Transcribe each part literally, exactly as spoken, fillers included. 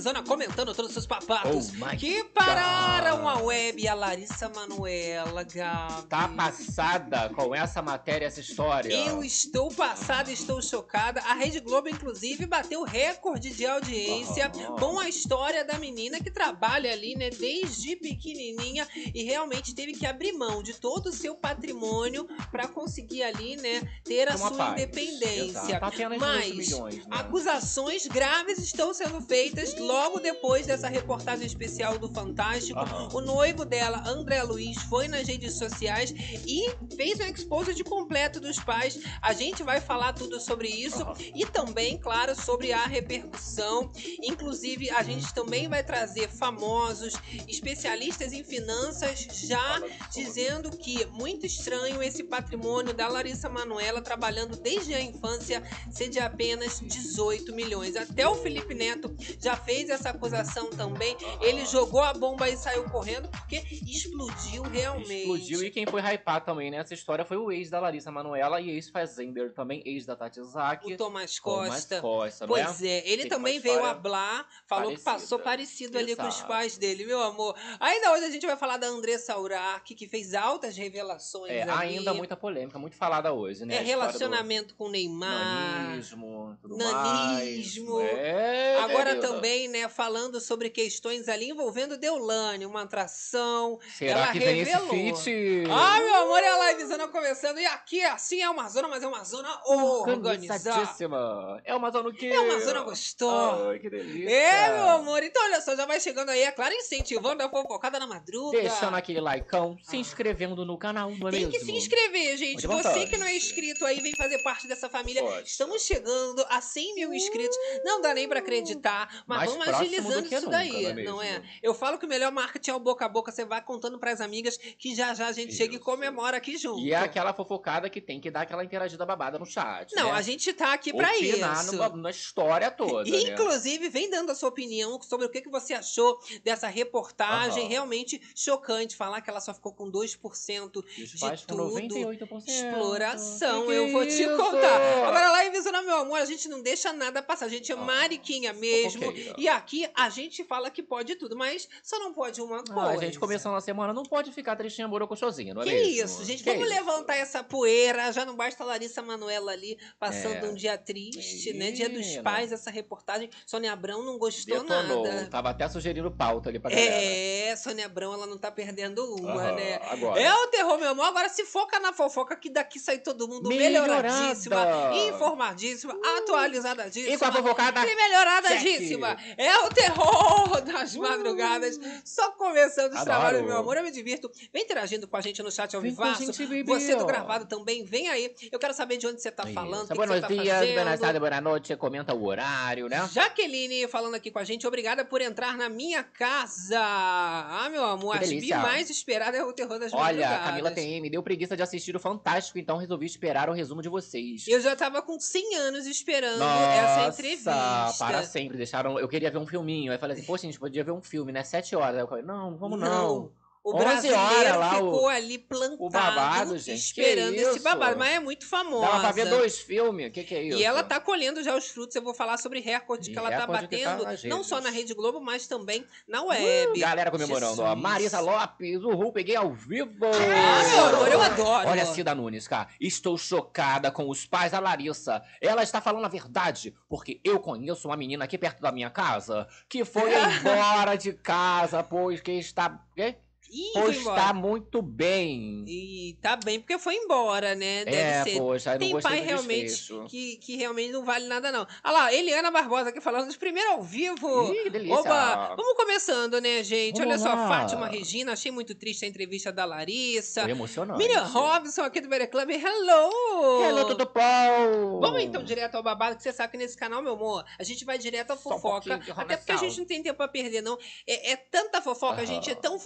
livezona comentando todos os papatos Oh que my pararam God. a web e a Larissa Manoela, Gabi. Tá passada com essa matéria, essa história. Eu estou passada, estou chocada. A Rede Globo, inclusive, bateu recorde de audiência Aham. com a história da menina que trabalha ali, né, desde pequenininha e realmente teve que abrir mão de todo o seu patrimônio para conseguir ali, né, ter a Uma sua paz. independência. Exato. Tá apenas Mas dois milhões, né? acusações graves estão sendo feitas logo depois dessa reportagem especial do Fantástico. Aham. O noivo dela, André Luiz, foi nas redes sociais e fez um exposed completo dos pais. A gente vai falar tudo sobre isso Aham. e também, claro, sobre a repercussão. Inclusive, a gente também vai trazer famosos, especialistas em finanças, já dizendo que muito estranho esse patrimônio da Larissa Manoela, trabalhando desde a infância, ser de apenas dezoito milhões. Até o Felipe Neto já fez essa acusação também. Ele jogou a bomba e saiu correndo porque explodiu realmente. Explodiu, e quem foi hypar também nessa história foi o ex da Larissa Manoela e ex-fazendeiro também, ex da Tati Zaki. O Tomás Tomás Costa. Costa, Pois né? é, ele Tem também uma veio história hablar, falou que passou parecida. parecido ali com os Exato. pais dele, meu amor. Ainda hoje a gente vai falar da Andressa Urach, que fez altas revelações É, ali. ainda muita polêmica, muito falada hoje, né? É A história relacionamento com do Neymar. nanismo, tudo Nanismo. mais. É, Agora querido. também, né, falando sobre questões ali envolvendo Deolane, uma atração. Será ela que vem esse revelou. feat? Ah, meu amor, é a livezona começando. E aqui, assim, é uma zona, mas é uma zona organizada. Organizadíssima. É uma zona o quê? É uma zona gostosa. Ai, que delícia. É, meu amor. Então, olha só, já vai chegando aí, é claro, incentivando a fofocada na madruga. Deixando aquele likeão, se Ah. inscrevendo no canal, não é Tem mesmo? que se inscrever, gente. Muito Você importante. que não é inscrito aí, vem fazer parte dessa família. Poxa. Estamos chegando a cem mil inscritos. Não dá nem pra acreditar, mas Mais vamos próximo agilizando do que isso nunca, daí, não é não é? mesmo? Eu falo que o melhor marketing é o boca a boca. Você vai contando pras amigas que já já a gente chega e Isso. comemora aqui junto. E é aquela fofocada que tem que dar aquela interagida babada no chat, Não, né? a gente tá aqui pra Opinar isso. numa- na história toda, né? Inclusive, vem dando a sua opinião sobre o que que você achou dessa reportagem. Aham. Realmente chocante falar que ela só ficou com dois por cento E os de pais com tudo. noventa e oito por cento. Exploração, Que que eu é vou te isso? contar. Agora lá em Visona, meu amor, a gente não deixa nada passar. A gente é Ah, mariquinha mesmo. fofoqueira. E aqui a gente fala que pode tudo, mas só não pode uma Ah, coisa. a gente começando a semana não pode ficar tristinha, borocochosinha, não é Que mesmo? isso, gente? Que Vamos isso? levantar essa poeira. Já não basta a Larissa Manoela ali passando É. um dia triste, né? Dia dos Menina. Pais, essa reportagem. Sônia Abrão não gostou Detonou. nada. Tava até sugerindo pauta ali pra galera. É, Sônia Abrão, ela não tá perdendo uma, Aham, né? agora. É o terror, meu amor. Agora se foca na fofoca, que daqui sai todo mundo Melhorada. melhoradíssima, informadíssima, atualizadíssima. E com a fofocada? E melhoradíssima. É o terror das madrugadas. Só começando os Adoro. trabalhos, meu amor. Eu me divirto. Vem interagindo com a gente no chat ao Vem com a vivaço. gente, baby. Você do gravado também, vem aí. Eu quero saber de onde você tá falando, o que, que Buenos você tá dias, fazendo. buenas tardes, boa noite. Comenta o horário, né? Jaqueline falando aqui com a gente, obrigada por entrar na minha casa. Ah, meu amor, Que as bi delícia. mais esperada é o terror das Olha, madrugadas. Camila T M, deu preguiça de assistir o Fantástico, então resolvi esperar o resumo de vocês. Eu já tava com cem anos esperando essa entrevista. para sempre. Deixaram. Eu queria ver um filminho. Aí falei assim, poxa, a gente podia ver um filme, né? Sete horas. Aí eu falei, não, vamos não. O onze brasileiro horas lá, ficou o- ali plantado, o babado, gente, esperando que esse isso? babado. Mas é muito famosa. Dava pra ver dois filmes. O que, que é isso? E ela tá colhendo já os frutos. Eu vou falar sobre recorde E que ela tá recorde que tá batendo, nas não redes. só na Rede Globo, mas também na web. Galera comemorando, ó. Jesus. Marisa Lopes, uhul, peguei ao vivo. Ah, meu amor, eu adoro. Olha, Cida Nunes, cara, estou chocada com os pais da Larissa. Ela está falando a verdade, porque eu conheço uma menina aqui perto da minha casa que foi embora de casa, pois que está... quê? Ih, Pois foi embora. está muito bem. E tá bem, porque foi embora, né? Deve é, ser. poxa, eu não Tem gostei pai do realmente desfecho. que, que realmente não vale nada, não. Olha lá, Eliana Barbosa aqui falando de primeiro ao vivo. Ih, que delícia. Oba! Vamos começando, né, gente? Vamos Olha só, lá. Fátima Regina, achei muito triste a entrevista da Larissa. Foi emocionante. Miriam Robson aqui do Bere Club, hello! Hello, tudo bom? Vamos então direto ao babado, que você sabe que nesse canal, meu amor, a gente vai direto à Só um fofoca. pouquinho de Até porque a ronação. gente não tem tempo pra perder, não. É, é tanta fofoca, a Aham. gente é tão fofoqueiro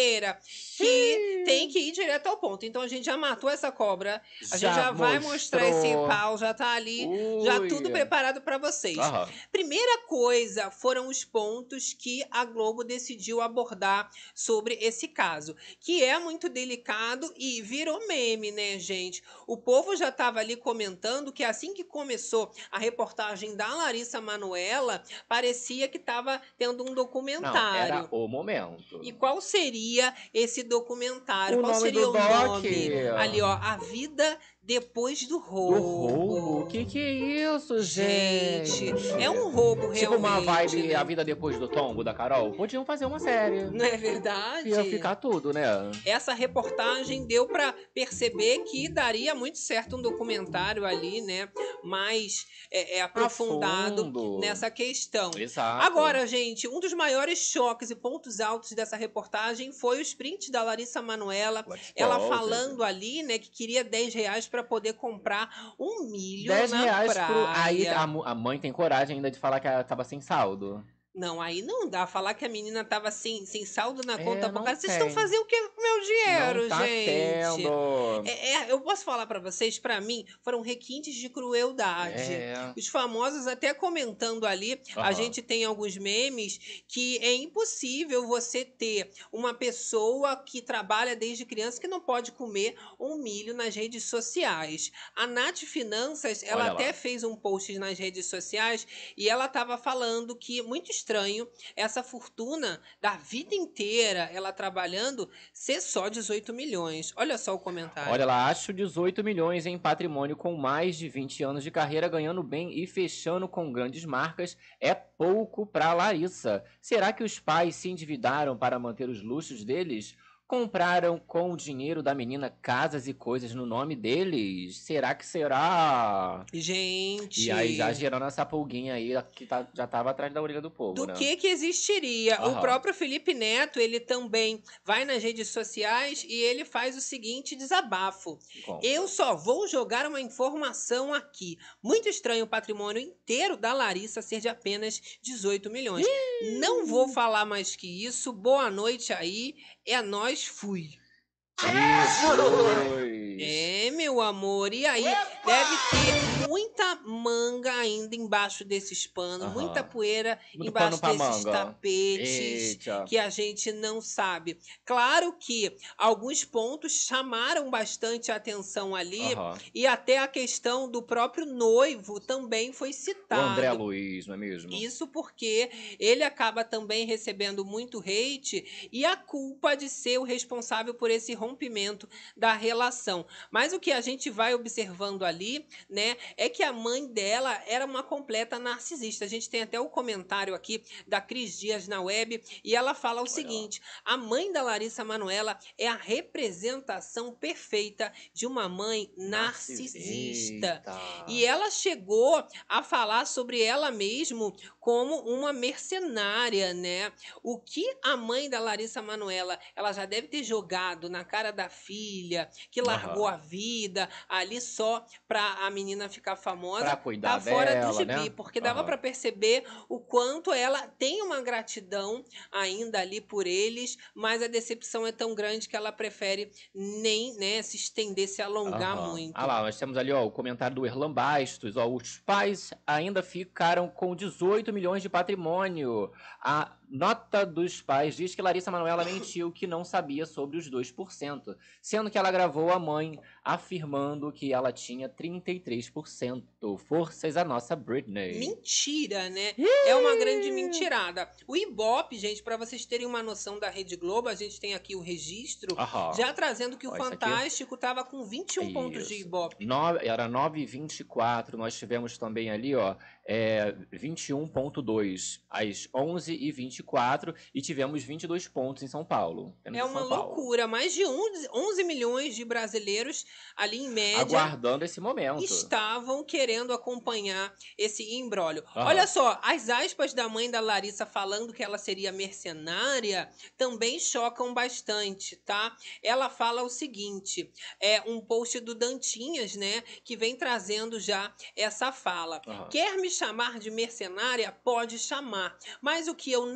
inteira, que tem que ir direto ao ponto. Então a gente já matou essa cobra, a gente já vai mostrar esse pau, já tá ali, já Ui. tudo preparado para vocês. Aham. Primeira coisa foram os pontos que a Globo decidiu abordar sobre esse caso, que é muito delicado e virou meme, né, gente? O povo já estava ali comentando que assim que começou a reportagem da Larissa Manoela, parecia que estava tendo um Não, documentário. era o momento. E qual seria esse documentário? O Qual nome seria do o doc? nome? Ali, ó, A Vida Depois do Do Roubo. roubo? O que que é isso, Gente, gente? é um roubo Tipo uma realmente, vibe né? A Vida Depois do Tombo, da Carol. Podiam fazer uma série. Não é verdade? Ia ficar tudo, né? Essa reportagem deu para perceber que daria muito certo um documentário ali, né? Mais é, é, aprofundado Profundo. nessa questão. Exato. Agora, gente, um dos maiores choques e pontos altos dessa reportagem foi os prints da Larissa Manoela. Let's Ela go, falando ali, né, que queria dez reais para poder comprar um milho dez na reais praia. pro. Aí a, mu- a mãe tem coragem ainda de falar que ela tava sem saldo. Não, aí não dá. Falar que a menina tava sem, sem saldo na É, conta não bancária. Vocês estão tem. fazendo o que com o meu dinheiro, Não tá gente? tendo. É, é, eu posso falar pra vocês, pra mim, foram requintes de crueldade. É. Os famosos até comentando ali, a Aham. gente tem alguns memes que é impossível você ter uma pessoa que trabalha desde criança que não pode comer um milho nas redes sociais. A Nath Finanças, ela Olha até lá. fez um post nas redes sociais e ela estava falando que muito estranho essa fortuna da vida inteira ela trabalhando ser só dezoito milhões. Olha só o comentário. Olha lá, acho dezoito milhões em patrimônio com mais de vinte anos de carreira, ganhando bem e fechando com grandes marcas é pouco pra Larissa. Será que os pais se endividaram para manter os luxos deles? Compraram com o dinheiro da menina casas e coisas no nome deles? Será que será? Gente, E aí já gerando essa pulguinha aí que tá- já tava atrás da orelha do povo, do né? que que existiria? O Aham. próprio Felipe Neto, ele também vai nas redes sociais e ele faz o seguinte desabafo. Conta. Eu só vou jogar uma informação aqui. Muito estranho o patrimônio inteiro da Larissa ser de apenas dezoito milhões. Não vou falar mais que isso. Boa noite aí. É nós, fui. Jesus! É, meu amor. E aí, deve ter muita manga ainda embaixo desses panos, muita Aham. poeira Muito embaixo pano pra desses manga. tapetes Eita. que a gente não sabe. Claro que alguns pontos chamaram bastante atenção ali Aham. e até a questão do próprio noivo também foi O citado. André Luiz, não é mesmo? Isso porque ele acaba também recebendo muito hate e a culpa de ser o responsável por esse rompimento da relação. Mas o que a gente vai observando ali, né, é que a mãe dela era uma completa narcisista. A gente tem até o comentário aqui da Cris Dias na web e ela fala o Olha lá. seguinte: a mãe da Larissa Manoela é a representação perfeita de uma mãe narcisista. Eita. E ela chegou a falar sobre ela mesmo como uma mercenária, né? O que a mãe da Larissa Manoela, ela já deve ter jogado na cara da filha, que largou Aham. a vida ali só pra a menina ficar famosa, Pra cuidar tá fora do dela, gibi, né? porque dava Aham. pra perceber o quanto ela tem uma gratidão ainda ali por eles, mas a decepção é tão grande que ela prefere nem, né, se estender, se alongar Aham. muito. Ah lá, nós temos ali ó, o comentário do Erlan Bastos. Ó, os pais ainda ficaram com dezoito milhões de patrimônio. A nota dos pais diz que Larissa Manoela mentiu que não sabia sobre os dois por cento, sendo que ela gravou a mãe afirmando que ela tinha trinta e três por cento. Forças a nossa Britney. Mentira, né? É uma grande mentirada. O Ibope, gente, para vocês terem uma noção da Rede Globo, a gente tem aqui o registro, Aham. já trazendo que o Ó, isso aqui. Fantástico tava com vinte e um pontos de Isso. Ibope. No- era nove e vinte e quatro. Nós tivemos também ali, ó, é, vinte e um ponto dois às onze e vinte e quatro e tivemos vinte e dois pontos em São Paulo. Temos É em uma São Paulo. loucura. Mais de onze onze milhões de brasileiros ali em média Aguardando esse momento. estavam querendo acompanhar esse imbróglio. Aham. Olha só, as aspas da mãe da Larissa falando que ela seria mercenária também chocam bastante, tá? Ela fala o seguinte, é um post do Dantinhas, né, que vem trazendo já essa fala. Aham. Quer me chamar de mercenária? Pode chamar, mas o que eu não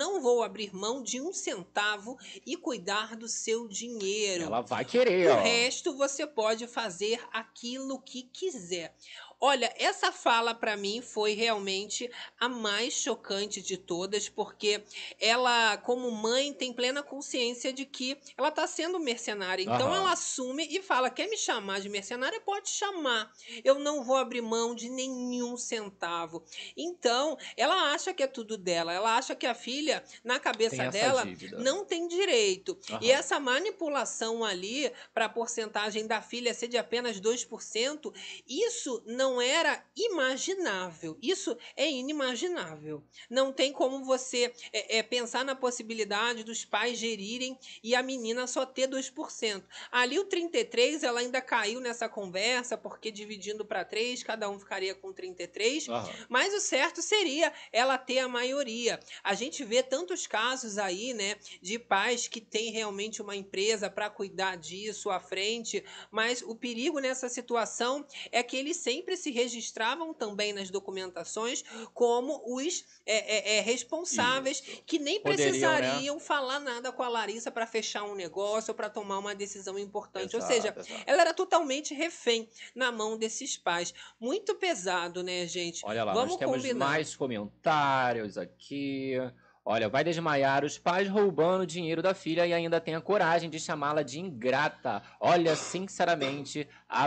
não vou abrir mão de um centavo e cuidar do seu dinheiro. Ela vai querer, O ó. resto você pode fazer aquilo que quiser. Olha, essa fala para mim foi realmente a mais chocante de todas, porque ela, como mãe, tem plena consciência de que ela está sendo mercenária. Então ela Aham. assume e fala: quer me chamar de mercenária? Pode chamar. Eu não vou abrir mão de nenhum centavo. Então, ela acha que é tudo dela. Ela acha que a filha, na Tem cabeça essa dela, dívida. não tem direito. E Aham. essa manipulação ali para a porcentagem da filha ser de apenas dois por cento, isso não era imaginável. Isso é inimaginável. Não tem como você é, é, pensar na possibilidade dos pais gerirem e a menina só ter dois por cento. Ali o trinta e três, ela ainda caiu nessa conversa, porque dividindo para três, cada um ficaria com trinta e três, Aham. mas o certo seria ela ter a maioria. A gente vê tantos casos aí, né, de pais que têm realmente uma empresa para cuidar disso à frente, mas o perigo nessa situação é que eles sempre se registravam também nas documentações como os é, é, é, responsáveis, Isso. que nem Poderiam, né? precisariam falar nada com a Larissa para fechar um negócio ou para tomar uma decisão importante. Ou seja, Exato, exato. ela era totalmente refém na mão desses pais. Muito pesado, né, gente? Olha lá, nós Vamos temos combinar. mais comentários aqui. Olha, vai desmaiar os pais roubando dinheiro da filha e ainda tem a coragem de chamá-la de ingrata. Olha, sinceramente,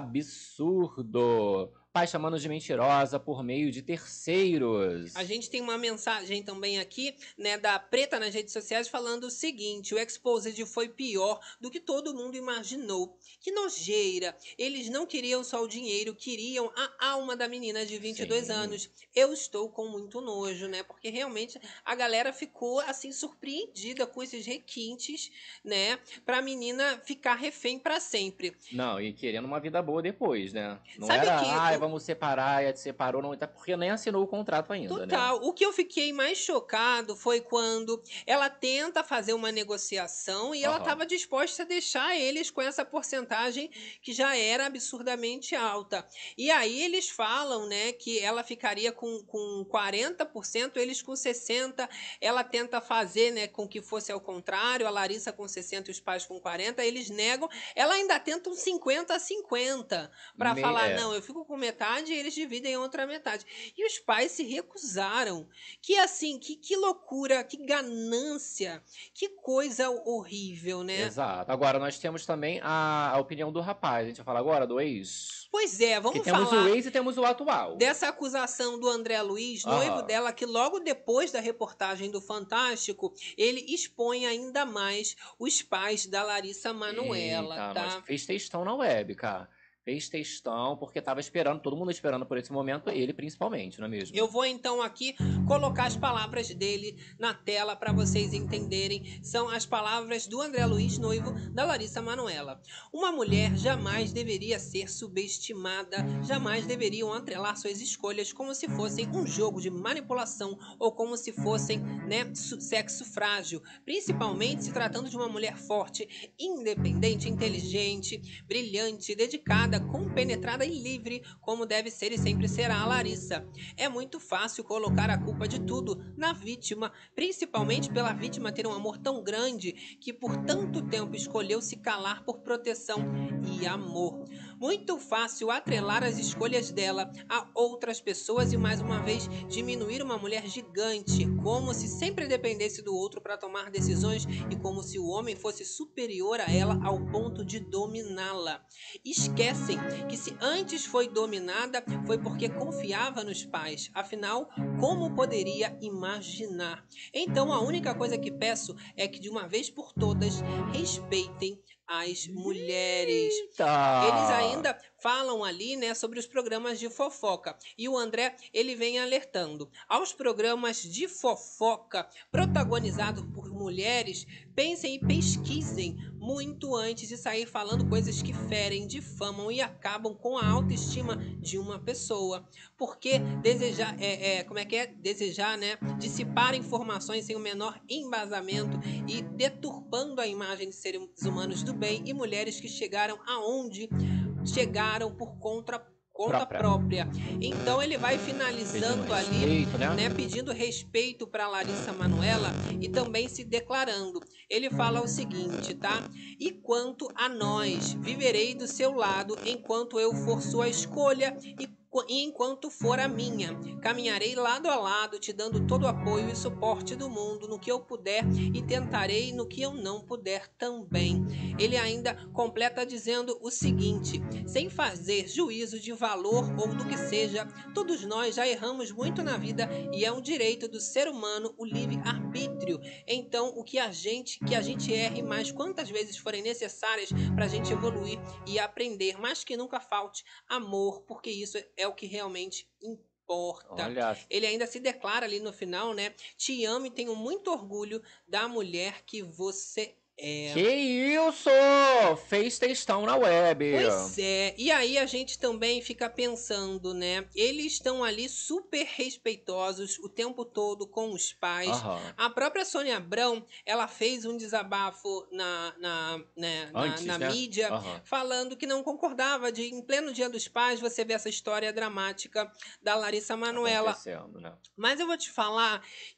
absurdo. Pai chamando de mentirosa por meio de terceiros. A gente tem uma mensagem também aqui, né, da Preta nas redes sociais falando o seguinte: o Exposed foi pior do que todo mundo imaginou. Que nojeira. Eles não queriam só o dinheiro, queriam a alma da menina de vinte e dois Sim. anos. Eu estou com muito nojo, né? Porque realmente a galera ficou assim surpreendida com esses requintes, né, pra menina ficar refém pra sempre. Não, e querendo uma vida boa depois, né? Não Sabe era, que ai, o- vamos separar, e a separou, não, até porque nem assinou o contrato ainda, né? Total. O que eu fiquei mais chocado foi quando ela tenta fazer uma negociação e ela Aham. estava disposta a deixar eles com essa porcentagem que já era absurdamente alta. E aí eles falam, né, que ela ficaria com, com quarenta por cento, eles com sessenta por cento. Ela tenta fazer, né, com que fosse ao contrário, a Larissa com sessenta por cento e os pais com quarenta por cento, eles negam. Ela ainda tenta um cinquenta a cinquenta para Me- falar: é. não, eu fico com metade e eles dividem outra metade. E os pais se recusaram. Que assim, que, que loucura, que ganância, que coisa horrível, né? Exato. Agora, nós temos também a, a opinião do rapaz. A gente vai falar agora do ex? Pois é, Porque vamos temos o falar ex e temos o atual. dessa acusação do André Luiz, noivo Aham. dela, que logo depois da reportagem do Fantástico, ele expõe ainda mais os pais da Larissa Manoela, Eita, nós tá? fez textão na web, cara. Fez textão, porque tava esperando, todo mundo esperando por esse momento, ele principalmente, não é mesmo? Eu vou então aqui colocar as palavras dele na tela para vocês entenderem. São as palavras do André Luiz, noivo da Larissa Manoela. Uma mulher jamais deveria ser subestimada, jamais deveriam atrelar suas escolhas como se fossem um jogo de manipulação ou como se fossem, né, sexo frágil. Principalmente se tratando de uma mulher forte, independente, inteligente, brilhante, dedicada, compenetrada e livre, como deve ser e sempre será a Larissa. É muito fácil colocar a culpa de tudo na vítima, principalmente pela vítima ter um amor tão grande que por tanto tempo escolheu se calar por proteção e amor. Muito fácil atrelar as escolhas dela a outras pessoas e mais uma vez diminuir uma mulher gigante, como se sempre dependesse do outro para tomar decisões e como se o homem fosse superior a ela ao ponto de dominá-la. Esquecem que se antes foi dominada foi porque confiava nos pais. Afinal, como poderia imaginar? Então a única coisa que peço é que de uma vez por todas respeitem as mulheres. Eita! Eles ainda falam ali, né, sobre os programas de fofoca. E o André, ele vem alertando. Aos programas de fofoca protagonizados por mulheres, pensem e pesquisem muito antes de sair falando coisas que ferem, difamam e acabam com a autoestima de uma pessoa. Porque desejar, é, é, como é que é? Desejar, né, dissipar informações sem o menor embasamento e deturpando a imagem de seres humanos do bem e mulheres que chegaram aonde chegaram por conta conta própria. própria. Então ele vai finalizando pedindo ali, respeito, né? né, pedindo respeito para Larissa Manoela e também se declarando. Ele fala o seguinte, tá? E quanto a nós, viverei do seu lado enquanto eu for sua escolha e E enquanto for a minha, caminharei lado a lado, te dando todo o apoio e suporte do mundo no que eu puder e tentarei no que eu não puder também. Ele ainda completa dizendo o seguinte: sem fazer juízo de valor ou do que seja, todos nós já erramos muito na vida e é um direito do ser humano o livre-arbítrio. Então, o que a gente, que a gente erre mais quantas vezes forem necessárias para a gente evoluir e aprender, mas que nunca falte amor, porque isso é É o que realmente importa. Olha. Ele ainda se declara ali no final, né? Te amo e tenho muito orgulho da mulher que você é. Que isso! Fez textão na web. Pois é. E aí a gente também fica pensando, né? Eles estão ali super respeitosos o tempo todo com os pais. Uhum. A própria Sônia Abrão, ela fez um desabafo na, na, né, Antes, na, na né? mídia, Uhum. falando que não concordava de, em pleno Dia dos Pais, você vê essa história dramática da Larissa Manoela. Né? Mas eu vou te falar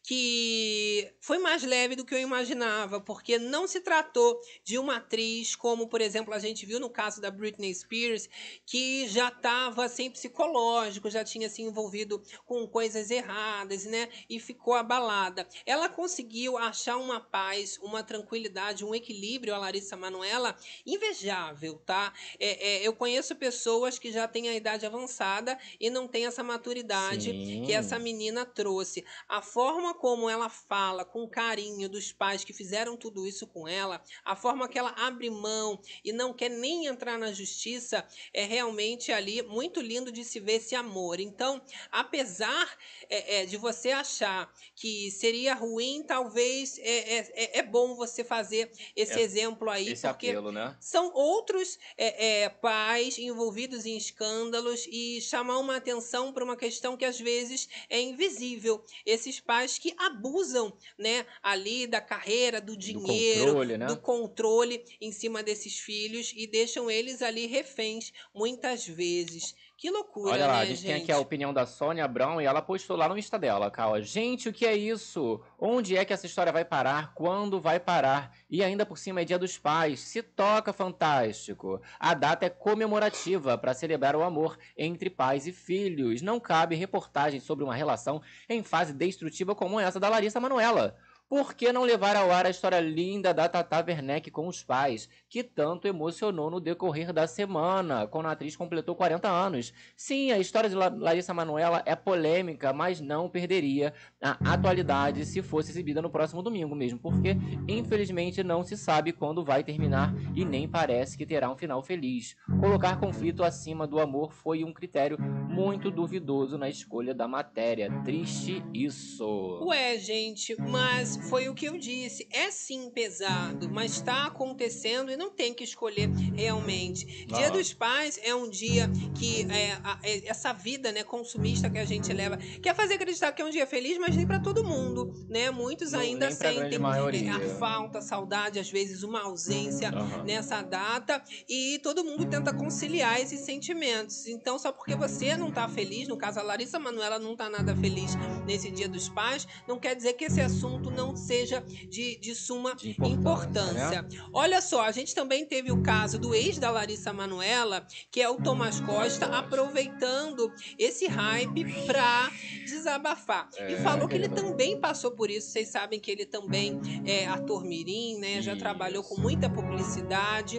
que foi mais leve do que eu imaginava, porque não se tratou de uma atriz como, por exemplo, a gente viu no caso da Britney Spears, que já estava sem psicológico, já tinha se envolvido com coisas erradas, né? E ficou abalada. Ela conseguiu achar uma paz, uma tranquilidade, um equilíbrio, a Larissa Manoela, invejável, tá? É, é, eu conheço pessoas que já têm a idade avançada e não têm essa maturidade Sim. que essa menina trouxe. A forma como ela fala com carinho dos pais que fizeram tudo isso com ela, a forma que ela abre mão e não quer nem entrar na justiça, é realmente ali muito lindo de se ver esse amor. Então, apesar é, é, de você achar que seria ruim, talvez é, é, é bom você fazer esse é, exemplo aí, esse porque apelo, né? São outros é, é, pais envolvidos em escândalos e chamar uma atenção para uma questão que às vezes é invisível. Esses pais que abusam, né, ali da carreira, do dinheiro, do controle, né? do controle em cima desses filhos e deixam eles ali reféns muitas vezes. Que loucura, Olha lá, né, a gente, gente? tem aqui a opinião da Sônia Abrão e ela postou lá no Insta dela, Cal. Gente, o que é isso? Onde é que essa história vai parar? Quando vai parar? E ainda por cima é Dia dos Pais. Se toca, fantástico. A data é comemorativa para celebrar o amor entre pais e filhos. Não cabe reportagem sobre uma relação em fase destrutiva como essa da Larissa Manoela. Por que não levar ao ar a história linda da Tata Werneck com os pais, que tanto emocionou no decorrer da semana, quando a atriz completou quarenta anos? Sim, a história de Larissa Manoela é polêmica, mas não perderia a atualidade se fosse exibida no próximo domingo mesmo, porque infelizmente não se sabe quando vai terminar e nem parece que terá um final feliz. Colocar conflito acima do amor foi um critério muito duvidoso na escolha da matéria. Triste isso. Ué, gente, mas foi o que eu disse. É sim pesado, mas está acontecendo e não tem que escolher realmente. Ah. Dia dos Pais é um dia que é, a, é, essa vida, né, consumista que a gente leva quer fazer acreditar que é um dia feliz, mas nem para todo mundo, né? Muitos Não, ainda nem pra grande sentem maioria. é, a falta, a saudade, às vezes uma ausência Uhum. nessa data e todo mundo tenta conciliar esses sentimentos. Então, só porque você não tá feliz, no caso a Larissa Manoela não tá nada feliz nesse Dia dos Pais, não quer dizer que esse assunto não seja de, de suma De importância, importância. né? Olha só, a gente também teve o caso do ex da Larissa Manoela, que é o Tomás Costa, aproveitando esse hype pra desabafar. É, e falou que ele querido. também passou por isso. Vocês sabem que ele também é ator mirim, né? Já Isso. trabalhou com muita publicidade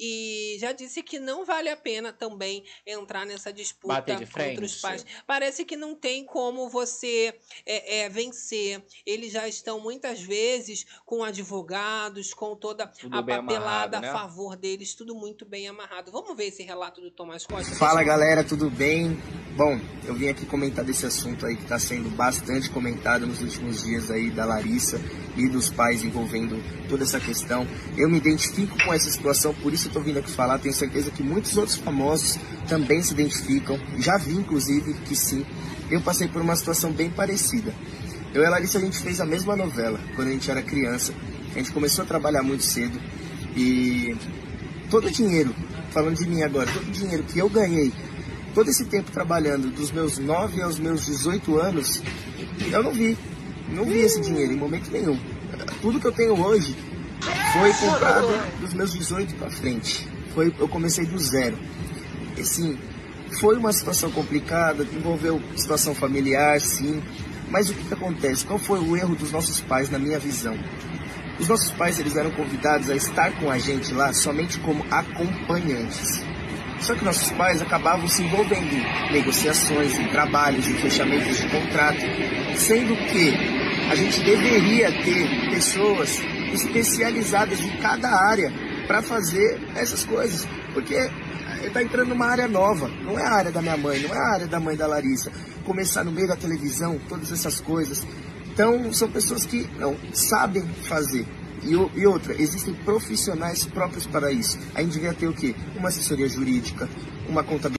e já disse que não vale a pena também entrar nessa disputa Bater de contra os frente. pais. Parece que não tem como você é, é, vencer. Eles já estão muitas vezes com advogados, com toda Tudo a bem papelada amarrado, né? a favor deles, tudo muito bem amarrado. Vamos ver esse relato do Tomás Costa? Fala galera, tudo bem? Bom, eu vim aqui comentar desse assunto aí que está sendo bastante comentado nos últimos dias aí da Larissa e dos pais envolvendo toda essa questão. Eu me identifico com essa situação, por isso eu tô vindo aqui falar. Tenho certeza que muitos outros famosos também se identificam. Já vi, inclusive, que sim. Eu passei por uma situação bem parecida. Eu e a Larissa, a gente fez a mesma novela quando a gente era criança. A gente começou a trabalhar muito cedo e todo o dinheiro, falando de mim agora, todo o dinheiro que eu ganhei todo esse tempo trabalhando, dos meus nove aos meus dezoito anos, eu não vi. Não vi esse dinheiro em momento nenhum. Tudo que eu tenho hoje foi comprado dos meus dezoito para frente. Foi, eu comecei do zero. Assim, foi uma situação complicada, envolveu situação familiar, sim. Mas o que, que acontece? Qual foi o erro dos nossos pais, na minha visão? Os nossos pais, eles eram convidados a estar com a gente lá somente como acompanhantes. Só que nossos pais acabavam se envolvendo em negociações, em trabalhos, em fechamentos de contrato, sendo que a gente deveria ter pessoas especializadas em cada área para fazer essas coisas, porque está entrando numa área nova, não é a área da minha mãe, não é a área da mãe da Larissa, começar no meio da televisão, todas essas coisas. Então, são pessoas que não sabem fazer. E, e outra, existem profissionais próprios para isso. A gente devia ter o quê? Uma assessoria jurídica, uma contabilidade.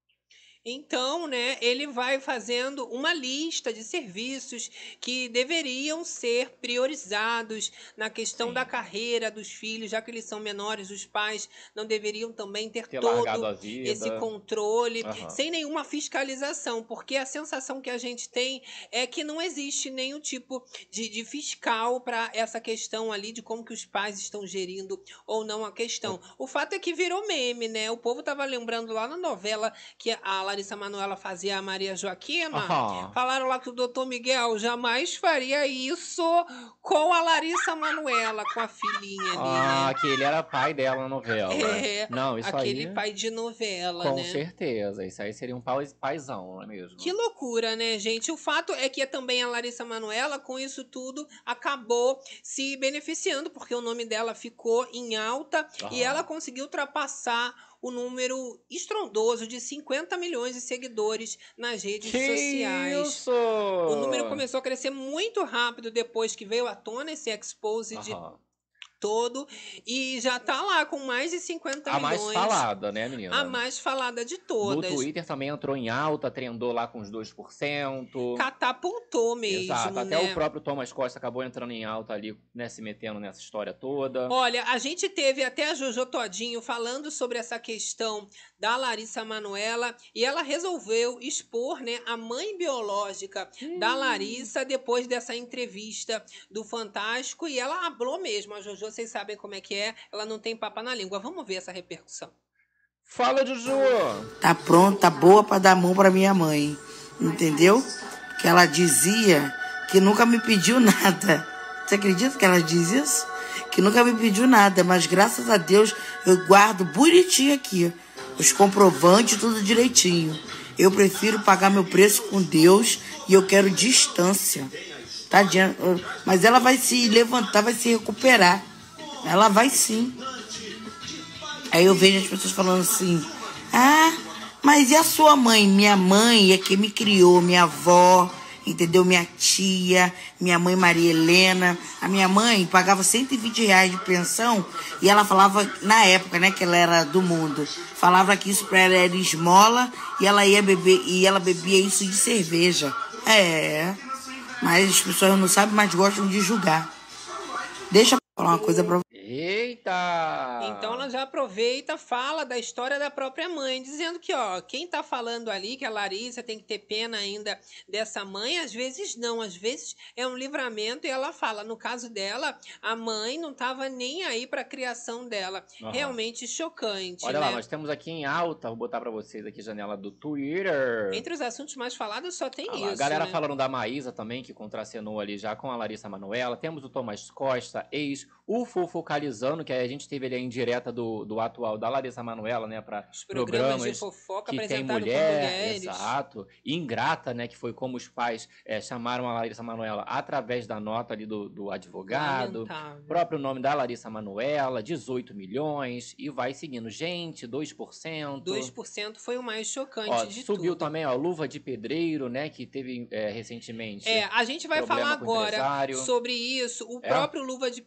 Então, né, ele vai fazendo uma lista de serviços que deveriam ser priorizados na questão Sim. da carreira dos filhos, já que eles são menores, os pais não deveriam também ter, Ter todo largado a vida. esse controle, Aham. sem nenhuma fiscalização, porque a sensação que a gente tem é que não existe nenhum tipo de, de fiscal para essa questão ali de como que os pais estão gerindo ou não a questão. O fato é que virou meme, né? O povo tava lembrando lá na novela que a Larissa Manoela fazia a Maria Joaquina, Aham. falaram lá que o doutor Miguel jamais faria isso com a Larissa Manoela, com a filhinha ali, Ah, né? que ele era pai dela na novela. É, Não, isso aquele aí, pai de novela, com né? certeza. Isso aí seria um pai, paizão, não é mesmo? Que loucura, né, gente? O fato é que também a Larissa Manoela, com isso tudo, acabou se beneficiando, porque o nome dela ficou em alta e Aham. ela conseguiu ultrapassar o número estrondoso de cinquenta milhões de seguidores nas redes Que sociais. isso? O número começou a crescer muito rápido depois que veio à tona esse exposed Aham. todo e já tá lá com mais de cinquenta A mais milhões. falada, né, menina? A mais falada de No todas. Twitter também entrou em alta, trendou lá com os dois por cento. Catapultou mesmo, Exato, até né? o próprio Thomas Costa acabou entrando em alta ali, né, se metendo nessa história toda. Olha, a gente teve até a Jojo Todinho falando sobre essa questão da Larissa Manoela e ela resolveu expor, né, a mãe biológica da Larissa depois dessa entrevista do Fantástico e ela hablou mesmo. A Jojo, vocês sabem como é que é, ela não tem papa na língua. Vamos ver essa repercussão. Fala, Juju! Tá pronta, boa pra dar mão pra minha mãe, entendeu? Que ela dizia que nunca me pediu nada. Você acredita que ela diz isso? Que nunca me pediu nada, mas graças a Deus eu guardo bonitinho aqui, os comprovantes, tudo direitinho. Eu prefiro pagar meu preço com Deus e eu quero distância. Tadinha, mas ela vai se levantar, vai se recuperar. Ela vai sim. Aí eu vejo as pessoas falando assim, ah, mas e a sua mãe? Minha mãe é quem me criou, minha avó, entendeu? Minha tia, minha mãe Maria Helena. A minha mãe pagava cento e vinte reais de pensão e ela falava, na época, né, que ela era do mundo, falava que isso pra ela era esmola e ela ia beber, e ela bebia isso de cerveja. É, mas as pessoas não sabem, mas gostam de julgar. Deixa eu falar uma coisa pra você. Eita! Então ela já aproveita, fala da história da própria mãe, dizendo que, ó, quem tá falando ali que a Larissa tem que ter pena ainda dessa mãe, às vezes não, às vezes é um livramento e ela fala, no caso dela, a mãe não tava nem aí pra criação dela. Aham. Realmente chocante, Olha né? lá, nós temos aqui em alta, vou botar pra vocês aqui a janela do Twitter. Entre os assuntos mais falados só tem Ah lá, isso, a galera né? falando da Maísa também, que contracenou ali já com a Larissa Manoela. Temos o Thomas Costa, ex, o Fofocalizando, que a gente teve ali a indireta do, do atual da Larissa Manoela, né, para Os programas, programas de fofoca que tem apresentado por mulher, mulheres. exato. Ingrata, né, que foi como os pais é, chamaram a Larissa Manoela através da nota ali do, do advogado. Lamentável. Próprio nome da Larissa Manoela, dezoito milhões, e vai seguindo. Gente, dois por cento. dois por cento foi o mais chocante Ó, de subiu tudo. também, ó, Luva de Pedreiro, né, que teve é, recentemente. É, a gente vai problema falar com o agora empresário. sobre isso. O É? próprio Luva de Pedreiro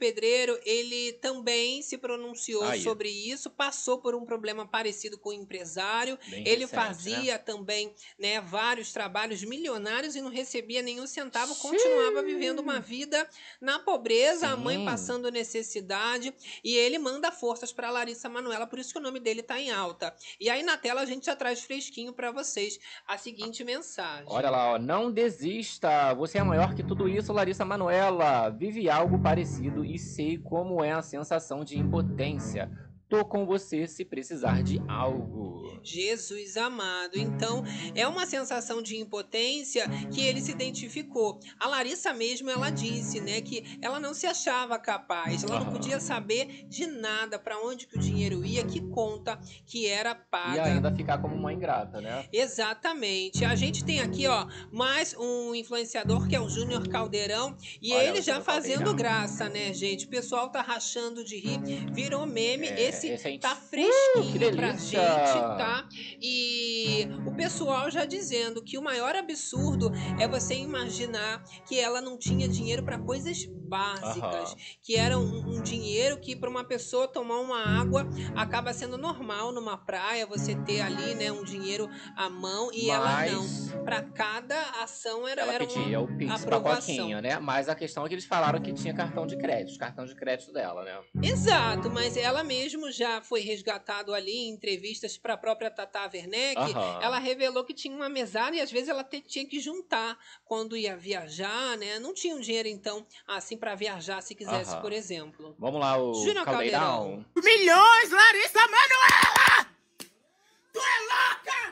fevereiro, ele também se pronunciou Aí. sobre isso, passou por um problema parecido com o empresário. Bem Ele recente, fazia né? também, né, vários trabalhos milionários e não recebia nenhum centavo, continuava vivendo uma vida na pobreza, a mãe Sim. passando necessidade, e ele manda forças para Larissa Manoela, por isso que o nome dele tá em alta. E aí na tela a gente já traz fresquinho para vocês a seguinte mensagem. Olha lá, ó. Não desista. Você é maior que tudo isso, Larissa Manoela. Vive algo parecido e sei como é a sensação de impotência. Tô com você se precisar de algo. Jesus amado. Então, é uma sensação de impotência que ele se identificou. A Larissa mesmo, ela disse, né, que ela não se achava capaz, ela não Aham. podia saber de nada, para onde que o dinheiro ia, que conta que era paga. E ainda ficar como uma ingrata, né? Exatamente. A gente tem aqui, ó, mais um influenciador que é o Júnior Caldeirão e Olha, ele o já Júnior fazendo Caldeirão. graça, né, gente? O pessoal tá rachando de rir, virou meme. É, esse esse a gente- tá Uh, que fresquinho pra delícia! gente, tá? E o pessoal já dizendo que o maior absurdo é você imaginar que ela não tinha dinheiro para coisas básicas, Aham. que era um, um dinheiro que para uma pessoa tomar uma água acaba sendo normal numa praia, você ter ali, né, um dinheiro à mão, e ela não. Mas Para cada ação era, ela era uma pedia o Pix pra aprovação. Coquinha, né? Mas a questão é que eles falaram que tinha cartão de crédito, cartão de crédito dela, né? Exato, mas ela mesmo já foi resgatado ali em entrevistas para a própria Tata Werneck. Aham. Ela revelou que tinha uma mesada e às vezes ela te- tinha que juntar quando ia viajar, né? Não tinha um dinheiro então assim para viajar se quisesse, Aham. por exemplo. Vamos lá, o Júnior Caldeirão. Milhões, Larissa Manoela! Tu é louca!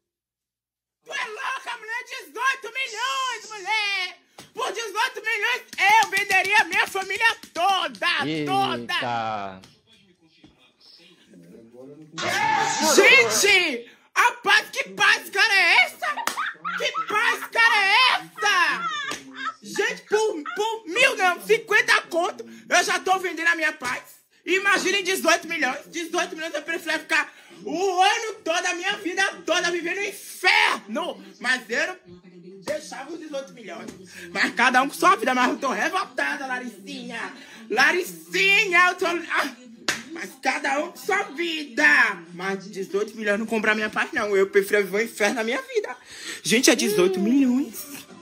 Tu é louca, mulher! dezoito milhões, mulher! Por dezoito milhões, eu venderia minha família toda! Toda! Eita! Gente! A paz, que paz, cara, é essa? Que paz, cara, é essa? Gente, por, por mil não, cinquenta conto, eu já tô vendendo a minha paz. Imaginem dezoito milhões. dezoito milhões eu prefiro ficar o ano todo, a minha vida toda, vivendo no inferno. Mas eu não deixava os dezoito milhões. Mas cada um com sua vida, mas eu tô revoltada, Laricinha. Laricinha, eu tô... Ah, mas cada um com sua vida. Mas dezoito milhões não comprar minha paz, não. Eu prefiro viver o inferno na minha vida. Gente, é dezoito milhões.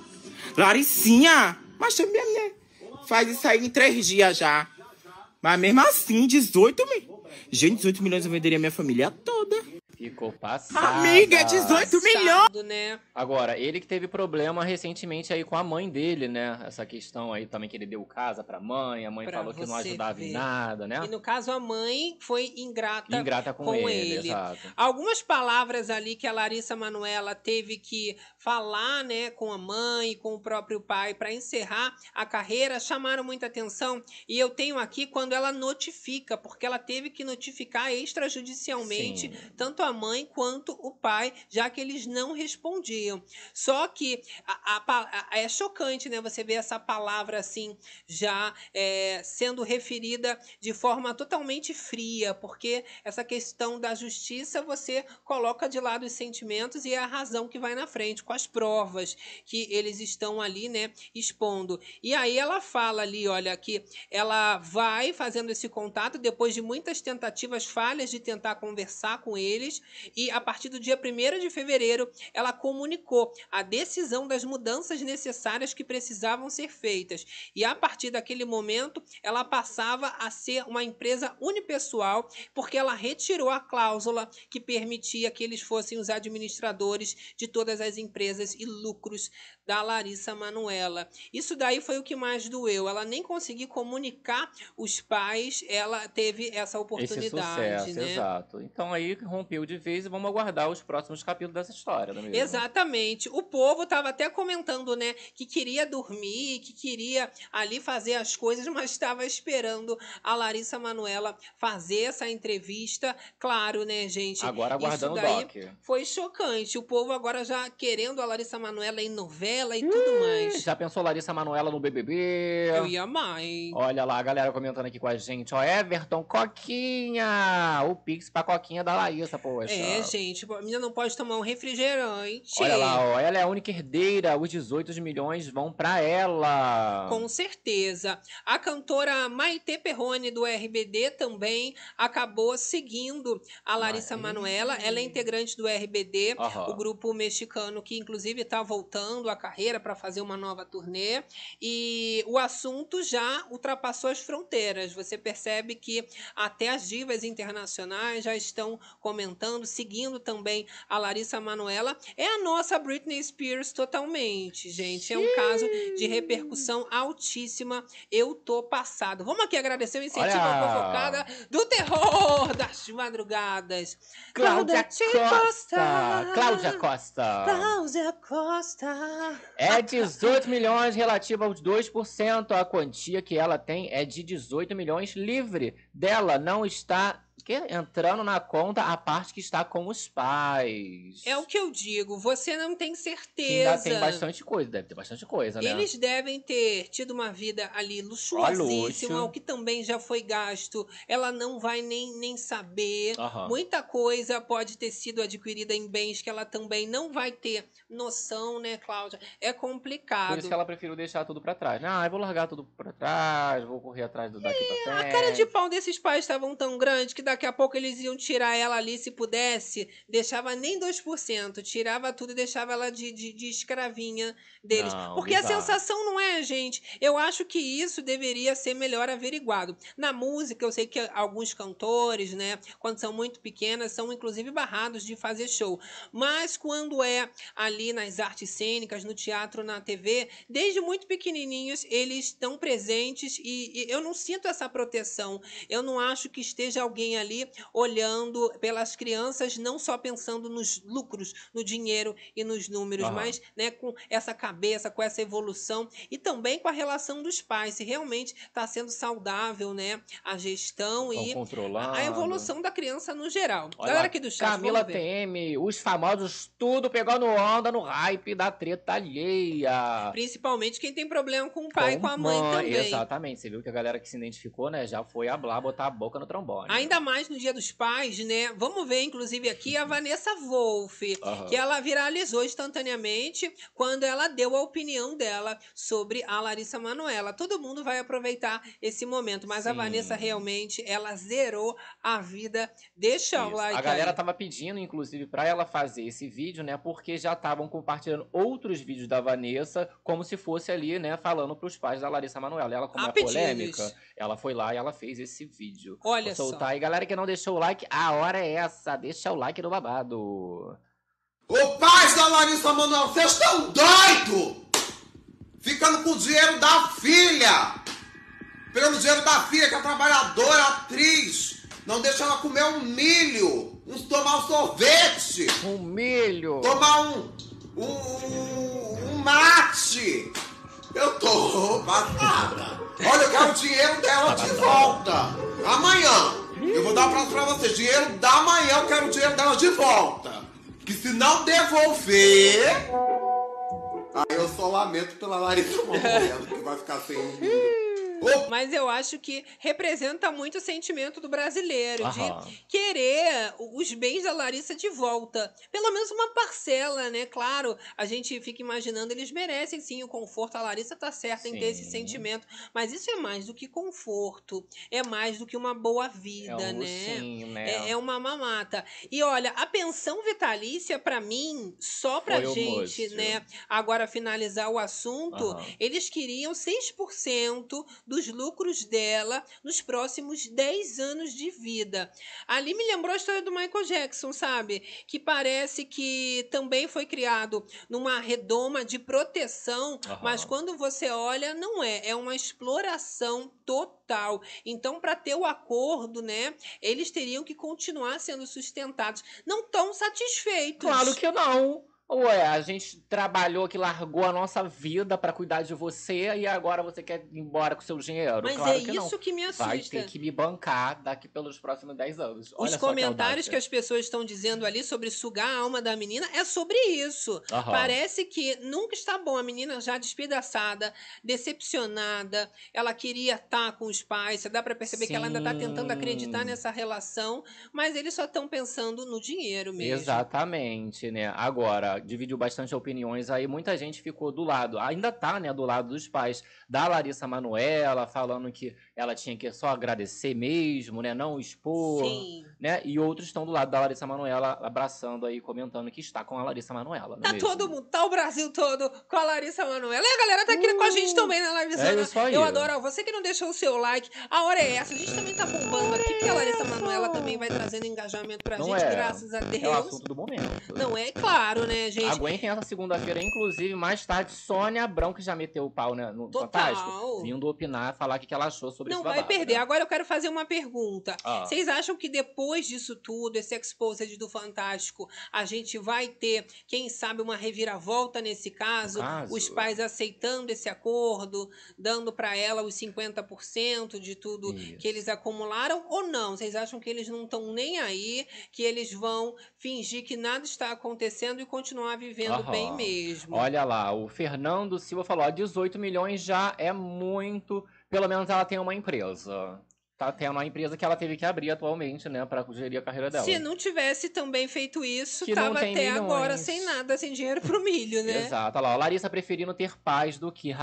Laricinha, mas também, né? Faz isso aí em três dias já. Mas mesmo assim, dezoito mil. Gente, dezoito milhões eu venderia minha família toda. Ficou passada. Amiga, dezoito milhões. Passado, né? Agora, ele que teve problema recentemente aí com a mãe dele, né? Essa questão aí também que ele deu casa pra mãe, a mãe Pra falou que não você ajudava ver. em nada, né? E no caso a mãe foi ingrata, Ingrata com, com ele, ele. exato. Algumas palavras ali que a Larissa Manoela teve que falar, né, com a mãe e com o próprio pai para encerrar a carreira chamaram muita atenção, e eu tenho aqui quando ela notifica, porque ela teve que notificar extrajudicialmente Sim. tanto a mãe quanto o pai, já que eles não respondiam. Só que a, a, a, é chocante, né, você ver essa palavra assim já é, sendo referida de forma totalmente fria, porque essa questão da justiça você coloca de lado os sentimentos e é a razão que vai na frente, com as provas que eles estão ali, né, expondo. E aí ela fala ali, olha, que ela vai fazendo esse contato depois de muitas tentativas falhas de tentar conversar com eles, e a partir do dia primeiro de fevereiro ela comunicou a decisão das mudanças necessárias que precisavam ser feitas. E a partir daquele momento ela passava a ser uma empresa unipessoal, porque ela retirou a cláusula que permitia que eles fossem os administradores de todas as empresas e lucros da Larissa Manoela. Isso daí foi o que mais doeu. Ela nem conseguiu comunicar os pais, ela teve essa oportunidade, Esse sucesso, né? exato. Então aí rompeu de vez e vamos aguardar os próximos capítulos dessa história, não é mesmo? Exatamente. O povo estava até comentando, né, que queria dormir, que queria ali fazer as coisas, mas estava esperando a Larissa Manoela fazer essa entrevista. Claro, né, gente? Agora aguardando isso daí o doc. foi chocante. O povo agora já querendo a Larissa Manoela em novela e tudo mais. Já pensou Larissa Manoela no B B B? Eu ia mais. Olha lá a galera comentando aqui com a gente. Ó, Everton Coquinha! O Pix pra Coquinha da Larissa, pô. poxa. É, gente, a menina não pode tomar um refrigerante. Olha lá, ó, ela é a única herdeira, os dezoito milhões vão pra ela. Com certeza. A cantora Maite Perrone, do R B D, também acabou seguindo a Larissa Mas- Manoela. Ela é integrante do R B D, Aham. o grupo mexicano que, inclusive, está voltando à carreira para fazer uma nova turnê. E o assunto já ultrapassou as fronteiras. Você percebe que até as divas internacionais já estão comentando, seguindo também a Larissa Manoela. É a nossa Britney Spears totalmente, gente. É um caso de repercussão altíssima. Eu tô passado. Vamos aqui agradecer o incentivo Olha! à fofocada do terror das madrugadas. Cláudia T. Costa. Cláudia Costa. Cláudia Costa. É dezoito milhões relativo aos dois por cento. A quantia que ela tem é de dezoito milhões livre. Dela não está que, entrando na conta a parte que está com os pais. É o que eu digo. Você não tem Que certeza. ainda tem bastante coisa, deve ter bastante coisa, né? Eles devem ter tido uma vida ali luxuosíssima, luxo. o que também já foi gasto. Ela não vai nem, nem saber. Aham. Muita coisa pode ter sido adquirida em bens que ela também não vai ter noção, né, Cláudia? É complicado. Por isso que ela preferiu deixar tudo pra trás. Ah, eu vou largar tudo pra trás, vou correr atrás do daqui pra frente. A cara de pau desses pais estavam tão grande que daqui a pouco eles iam tirar ela ali, se pudesse, deixava nem dois por cento, tirava tudo e deixava ela de, de, de escravinha deles. Não, Porque bizarro. a sensação não é, gente. Eu acho que isso deveria ser melhor averiguado. Na música, eu sei que alguns cantores, né, quando são muito pequenas, são inclusive barrados de fazer show. Mas quando é ali nas artes cênicas, no teatro, na T V, desde muito pequenininhos, eles estão presentes e, e eu não sinto essa proteção. Eu não acho que esteja alguém ali olhando pelas crianças, não só pensando nos lucros, no dinheiro e nos números, Aham. mas, né, com essa cabeça, com essa evolução e também com a relação dos pais, se realmente está sendo saudável, né, a gestão Estão e controlando. a evolução da criança no geral. Olha Galera lá, aqui do chat, Camila vamos ver. T M, os famosos tudo pegando onda no hype da treta alheia. Principalmente quem tem problema com o pai e com a mãe também. Exatamente, você viu que a galera que se identificou, né, já foi hablar, botar a boca no trombone. Ainda mais no Dia dos Pais, né? Vamos ver, inclusive, aqui a Vanessa Wolff, Aham. que ela viralizou instantaneamente quando ela deu a opinião dela sobre a Larissa Manoela. Todo mundo vai aproveitar esse momento, mas a Sim. Vanessa realmente, ela zerou a vida. Deixa o Isso. like A galera aí. tava pedindo, inclusive, pra ela fazer esse vídeo, né? Porque já estavam compartilhando outros vídeos da Vanessa, como se fosse ali, né? Falando pros pais da Larissa Manoela. Ela, como A é pedidos. polêmica, ela foi lá e ela fez esse vídeo. Olha Vou soltar só. aí. Galera que não deixou o like, a hora é essa. Deixa o like no babado. Ô pais da Larissa Manoela, vocês estão doidos? Ficando com o dinheiro da filha. Pegando o dinheiro da filha, que é trabalhadora, atriz. Não deixa ela comer um milho. Um, tomar um sorvete. Um milho. Tomar um, um, um, um mate. Eu tô passada. Olha, eu quero o dinheiro dela de volta. Amanhã. Eu vou dar um prazo pra vocês. Dinheiro da manhã, eu quero o dinheiro dela de volta. Que se não devolver... Aí eu só lamento pela Larissa Manoela, que vai ficar sem um milho. Ô, Mas eu acho que representa muito o sentimento do brasileiro Aham. de querer os bens da Larissa de volta. Pelo menos uma parcela, né? Claro, a gente fica imaginando, eles merecem sim o conforto. A Larissa tá certa em ter esse Sim. sentimento. Mas isso é mais do que conforto. É mais do que uma boa É vida, um né? ursinho, né? É, é uma mamata. E olha, a pensão vitalícia, pra mim, só pra Foi o gente, must. né, agora finalizar o assunto, Aham. eles queriam seis por cento dos lucros dela nos próximos dez anos de vida. Ali me lembrou a história do Michael Jackson, sabe? Que parece que também foi criado numa redoma de proteção, Aham. mas quando você olha, não é. É uma exploração total. Então, para ter o acordo, né, eles teriam que continuar sendo sustentados. Não tão satisfeitos. Claro que não. Ué, a gente trabalhou que largou a nossa vida pra cuidar de você e agora você quer ir embora com seu dinheiro? Mas Claro é que não. isso que me Vai assusta. ter que me bancar daqui pelos próximos dez anos. Os Olha só que comentários que audácia. as pessoas estão dizendo ali sobre sugar a alma da menina é sobre isso. Aham. Parece que nunca está bom. A menina já despedaçada, decepcionada, ela queria estar com os pais. Você dá pra perceber que ela ainda tá tentando acreditar Sim. nessa relação, mas eles só estão pensando no dinheiro mesmo. Exatamente, né? Agora, dividiu bastante opiniões aí, muita gente ficou do lado, ainda tá, né, do lado dos pais da Larissa Manoela, falando que ela tinha que só agradecer mesmo, né, não expor, Sim. né? E outros estão do lado da Larissa Manoela, abraçando aí, comentando que está com a Larissa Manoela, não é Tá mesmo? todo mundo, tá o Brasil todo com a Larissa Manoela. E a galera tá aqui com a gente também na livezona. É isso aí. Eu adoro. Ó, você que não deixou o seu like, a hora é essa. A gente também tá bombando aqui, porque a Larissa Manoela também vai trazendo engajamento pra Não gente, é? graças a É o Deus. assunto do momento. Não é claro, né, gente? Aguentem essa segunda-feira, inclusive, mais tarde, Sônia Abrão, que já meteu o pau, né, no Total. Fantástico, vindo opinar, falar o que que ela achou sobre Não esse vai babado, perder. né? Agora eu quero fazer uma pergunta. Ah. Vocês acham que depois disso tudo, esse exposed do Fantástico, a gente vai ter, quem sabe, uma reviravolta nesse caso? caso? Os pais aceitando esse acordo, dando pra ela os cinquenta por cento de tudo Isso. que eles acumularam ou não? Vocês acham que eles não estão nem aí, que eles vão fingir que nada está acontecendo e continuar vivendo Aham. bem mesmo? Olha lá, o Fernando Silva falou, ó, dezoito milhões já é muito, pelo menos ela tem uma empresa. Tá tendo uma empresa que ela teve que abrir atualmente, né, pra gerir a carreira dela. Se não tivesse também feito isso, Que não tava tem até milhões. agora sem nada, sem dinheiro pro milho, né? Exato, olha lá, ó, Larissa preferindo ter paz do que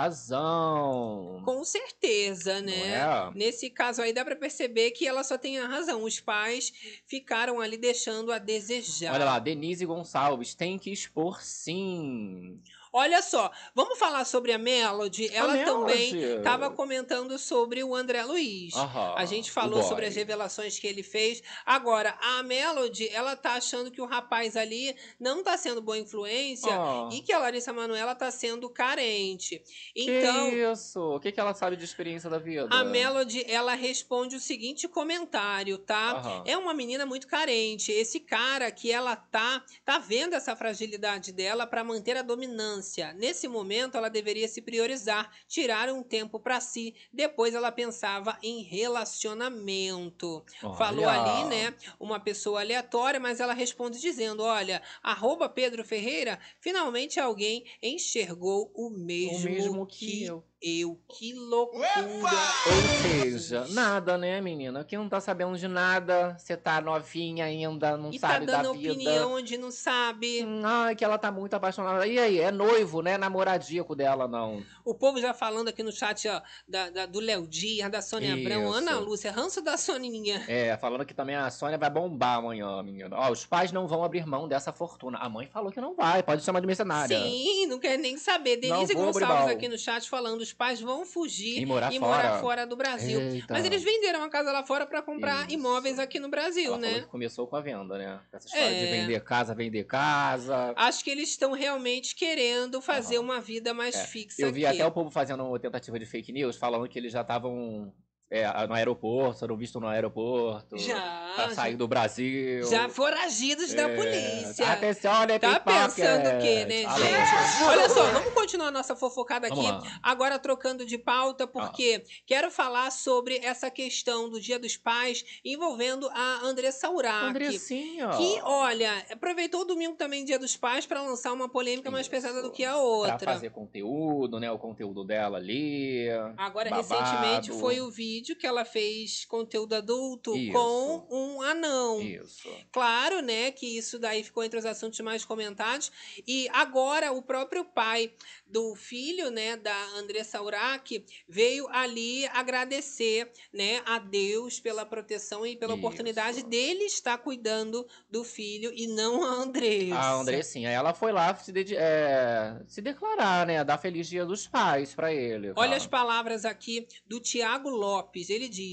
razão. Com certeza, Não né? é? Nesse caso aí dá pra perceber que ela só tem a razão. Os pais ficaram ali deixando a desejar. Olha lá, Denise Gonçalves, tem que expor sim. Olha só, vamos falar sobre a Melody. Ela Melody. também estava comentando sobre o André Luiz. Aham, A gente o falou boy. sobre as revelações que ele fez. Agora, a Melody, ela tá achando que o rapaz ali não tá sendo boa influência Ah. e que a Larissa Manoela tá sendo carente. Então, Que isso? O que que ela sabe de experiência da vida? a Melody, ela responde o seguinte comentário, tá? Aham. É uma menina muito carente. Esse cara que ela tá, tá vendo essa fragilidade dela para manter a dominância. Nesse momento, ela deveria se priorizar, tirar um tempo para si. Depois, ela pensava em relacionamento. Olha. Falou ali, né? Uma pessoa aleatória, mas ela responde dizendo: olha, arroba Pedro Ferreira, finalmente alguém enxergou o mesmo, O mesmo que eu. eu. Que loucura! Ou seja, nada, né, menina? Que não tá sabendo de nada, você tá novinha ainda, não E tá sabe da dando vida. opinião onde não sabe. Hum, Ai, que ela tá muito apaixonada. E aí, é noivo, né? Namoradico dela, não. O povo já falando aqui no chat, ó, da, da- do Léo Dias, da Sônia Abrão, Isso. Ana Lúcia, ranço da Soninha. É, falando que também a Sônia vai bombar amanhã, menina. Ó, os pais não vão abrir mão dessa fortuna. A mãe falou que não vai, pode chamar de mercenária. Sim, não quer nem saber. Denise vou abrir Gonçalves mão. aqui no chat falando, os pais vão fugir E morar morar fora. fora do Brasil. Eita. Mas eles venderam a casa lá fora pra comprar Isso. imóveis aqui no Brasil, Ela falou né? que começou com a venda, né? Essa história de É. vender casa, vender casa. Acho que eles estão realmente querendo fazer Aham. uma vida mais É, fixa Eu vi aqui. até o povo fazendo uma tentativa de fake news, falando que eles já estavam é, no aeroporto, foram vistos no aeroporto. Já, Pra sair do Brasil. Já foragidos da É, polícia. Atenção, né, Tá pickpocket. pensando o quê, né, Alô. gente? Olha só, vamos continuar nossa fofocada aqui. Vamos lá. Agora trocando de pauta, porque quero falar sobre essa questão do Dia dos Pais envolvendo a Andressa Urach. Andressinha. Que, olha, aproveitou o domingo também, Dia dos Pais, para lançar uma polêmica mais Isso. pesada do que a Pra outra. fazer conteúdo, né? O conteúdo dela ali. Agora, babado. recentemente, foi o vídeo que ela fez conteúdo adulto Isso. com um anão. Isso. Claro, né, que isso daí ficou entre os assuntos mais comentados. E agora o próprio pai do filho, né, da Andressa Urach, veio ali agradecer, né, a Deus pela proteção e pela Isso. oportunidade dele estar cuidando do filho e não a Andressa. A Andressinha, ela foi lá se, dedi- é, se declarar, né? Dar feliz dia dos pais pra ele. Olha tá? as palavras aqui do Tiago Lopes. Ele diz: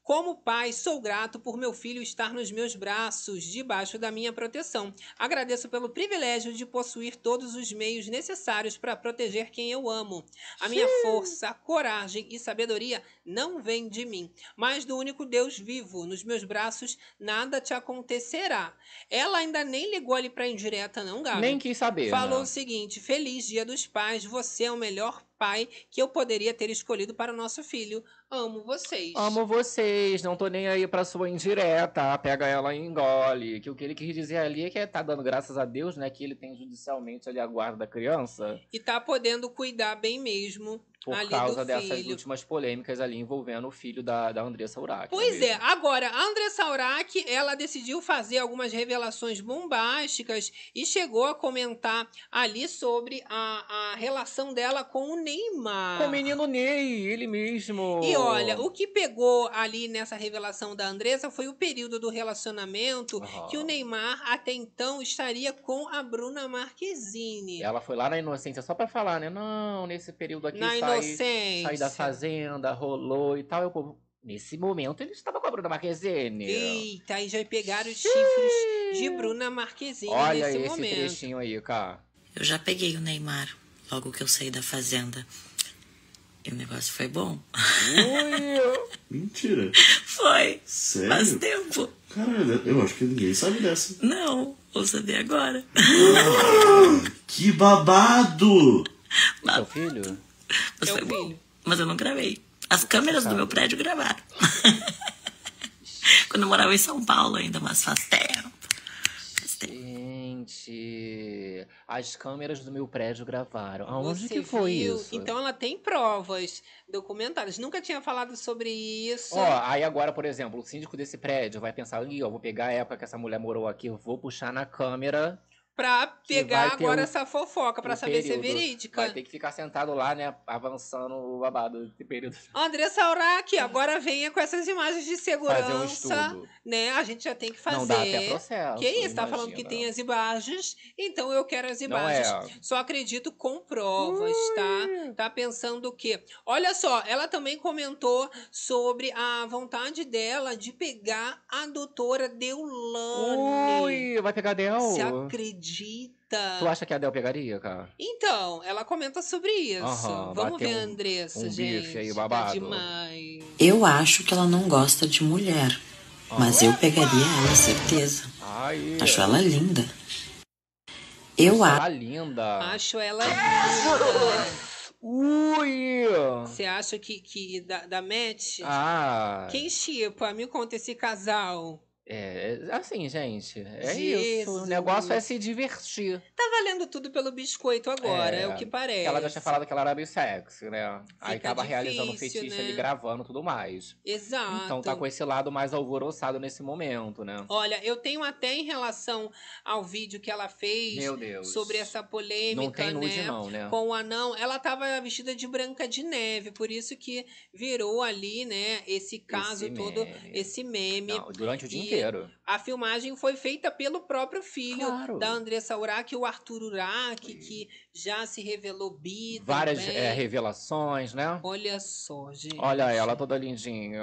Como pai, sou grato por meu filho estar nos meus braços, debaixo da minha proteção. Agradeço pelo privilégio de possuir todos os meios necessários para proteger quem eu amo. A minha força, coragem e sabedoria não vêm de mim, mas do único Deus vivo. Nos meus braços nada te acontecerá. Ela ainda nem ligou ali pra indireta, não, Gabi? Nem quis saber, Falou né? o seguinte: feliz Dia dos Pais, você é o melhor pai que eu poderia ter escolhido para o nosso filho. Amo vocês. Amo vocês, não tô nem aí pra sua indireta, pega ela e engole. Que o que ele quis dizer ali é que tá dando graças a Deus, né, que ele tem judicialmente ali a guarda da criança. E tá podendo cuidar bem mesmo Por ali causa do dessas filho. últimas polêmicas ali envolvendo o filho da, da Andressa Urach. Pois é, agora, a Andressa Urach, ela decidiu fazer algumas revelações bombásticas e chegou a comentar ali sobre a, a relação dela com o Neymar. Com o menino Ney, ele mesmo. E olha, o que pegou ali nessa revelação da Andressa foi o período do relacionamento Aham. que o Neymar até então estaria com a Bruna Marquezine. Ela foi lá na inocência só pra falar, né? Não, nesse período aqui Na saí, inocência. saí da fazenda, rolou e tal. Eu, pô, nesse momento ele estava com a Bruna Marquezine. Eita, aí já pegaram os chifres de Bruna Marquezine Olha nesse esse momento. trechinho aí, cara. Eu já peguei o Neymar logo que eu saí da fazenda. E o negócio foi bom. Ui. Mentira. Foi. Sério? Faz tempo. Caralho, eu acho que ninguém sabe dessa. Não, vou saber agora. Ah, que babado! Seu filho? Mas É o foi bom. filho. Mas eu não gravei. As câmeras do meu prédio gravaram. Quando eu morava em São Paulo ainda, mas faz tempo. Faz tempo. Gente, as câmeras do meu prédio gravaram. Aonde Você que foi viu? isso? Então ela tem provas documentárias. Nunca tinha falado sobre isso. Ó, aí agora, por exemplo, o síndico desse prédio vai pensar, ih, ó, vou pegar a época que essa mulher morou aqui, eu vou puxar na câmera. Pra pegar vai ter agora o- essa fofoca, pra o saber se é período. verídica. Vai ter que ficar sentado lá, né, avançando o babado desse período. Andressa Urach, agora venha com essas imagens de segurança, Fazer um estudo. né? A gente já tem que fazer. Não dá até processo. Que isso? Tá falando que imagina. tem as imagens, então eu quero as Não imagens. é. Só acredito com provas, tá? Tá pensando o quê? Olha só, ela também comentou sobre a vontade dela de pegar a doutora Deolane. Ui, vai pegar a Del? Se acredita? Tu acha que a Del pegaria, cara? Então, ela comenta sobre isso. Aham, Vamos bater ver, um- Andressa, um gente. bife aí, Tá babado. demais. Eu acho que ela não gosta de mulher. Mas eu pegaria ela, certeza. Ai, Acho ela linda. Eu acho. ela linda. Acho ela linda. Ui! Você acha que, que da, da match? Ah, Quem chipa? Me conta esse casal. é, assim, gente, é isso. Jesus. O negócio é se divertir. Tá valendo tudo pelo biscoito agora, é, É, o que parece. Ela já tinha falado que ela era bissexo, né? Aí Fica tava realizando difícil, fetiche né? ali, gravando tudo mais. Exato. Então tá com esse lado mais alvoroçado nesse momento, né? Olha, eu tenho até em relação ao vídeo que ela fez Meu Deus. sobre essa polêmica, Não tem nude né? não, né? Com o anão, ela tava vestida de Branca de Neve, por isso que virou ali, né, esse caso Esse todo, meme. esse meme. Não, durante o dia E inteiro. A filmagem foi feita pelo próprio filho Claro. da Andressa Urach, o Arthur Urach, que já se revelou bi Várias também. é, revelações, né? Olha só, gente. Olha ela toda lindinha.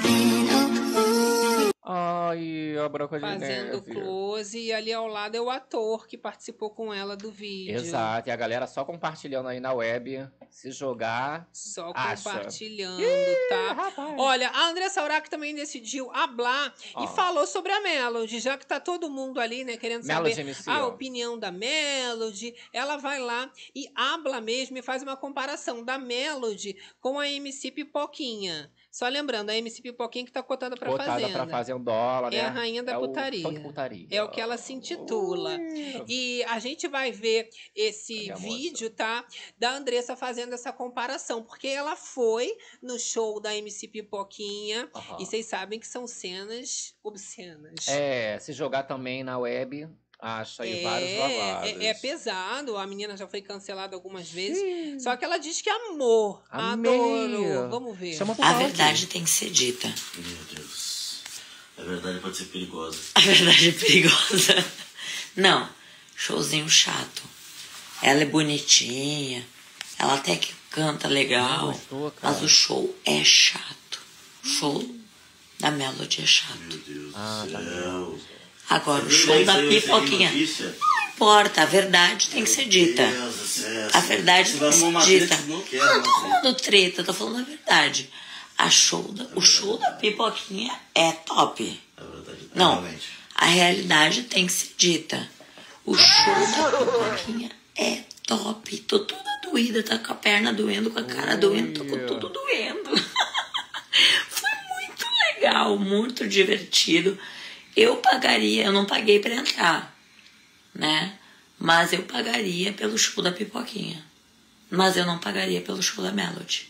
Ai, a Branca de Fazendo Neve. close, e ali ao lado é o ator que participou com ela do vídeo. Exato, e a galera só compartilhando aí na web. Se jogar. Só Acha. compartilhando, tá? Rapaz. Olha, a Andressa Urach também decidiu hablar Ó. e falou sobre a Melody, já que tá todo mundo ali, né, querendo Melody saber M C, a ó. opinião da Melody. Ela vai lá e habla mesmo e faz uma comparação da Melody com a M C Pipoquinha. Só lembrando, a M C Pipoquinha que tá cotada pra Botada Fazenda. pra fazendola, né? É a rainha da É o putaria. funk putaria. É o que ela se intitula. Ui. E a gente vai ver esse Cadê a moça? vídeo, tá? Da Andressa fazendo essa comparação. Porque ela foi no show da M C Pipoquinha. Aham. E vocês sabem que são cenas obscenas. É, se jogar também na web, acha aí vários babados. é, é pesado. A menina já foi cancelada algumas vezes. Só que ela diz que amor. Amei. Adorou. Vamos ver. Chama pro A palco. verdade tem que ser dita. Meu Deus. A verdade pode ser perigosa. A verdade é perigosa. Não, showzinho chato. Ela é bonitinha. Ela até que canta legal. Não gostou, cara. Mas o show é chato. Show da Melody é chato. Meu Deus Ah, do tá céu. Agora, o Você show viu da isso aí, você viu pipoquinha. notícia? Não importa, a verdade tem que ser dita. Meu Deus do céu. A verdade Você tem que vai arrumar ser uma dita. treta, não quero Eu não uma tô treta. falando treta, eu tô falando a verdade. A show da, o show da pipoquinha é top. A verdade, Não, realmente. a realidade tem que ser dita. O show da pipoquinha é top. Tô toda doída, tá com a perna doendo, com a cara doendo, tô com tudo doendo. Foi muito legal, muito divertido. Eu pagaria, eu não paguei pra entrar, né? Mas eu pagaria pelo show da pipoquinha. Mas eu não pagaria pelo show da Melody.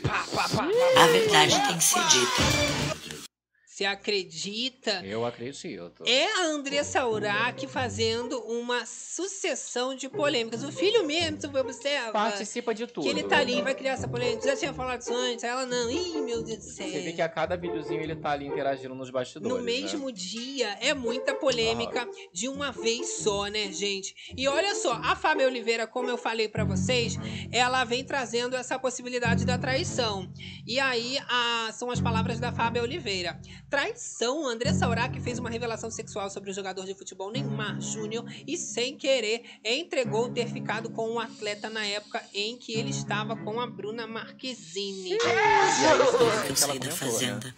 A verdade tem que ser dita. Você acredita? Eu acredito. É a Andressa Urach fazendo uma sucessão de polêmicas. O filho mesmo, você observa, Participa de tudo. que ele tá ali, vai criar essa polêmica. Já tinha falado isso antes, aí ela não. Ih, meu Deus do céu. Você vê que a cada videozinho ele tá ali interagindo nos bastidores, No mesmo né? dia, é muita polêmica de uma vez só, né, gente? E olha só, a Fábia Oliveira, como eu falei pra vocês, ela vem trazendo essa possibilidade da traição. E aí, a- são as palavras da Fábia Oliveira. Traição, Andressa Urach fez uma revelação sexual sobre o jogador de futebol Neymar Júnior e, sem querer, entregou ter ficado com o atleta na época em que ele estava com a Bruna Marquezine. Eu saí da fazenda.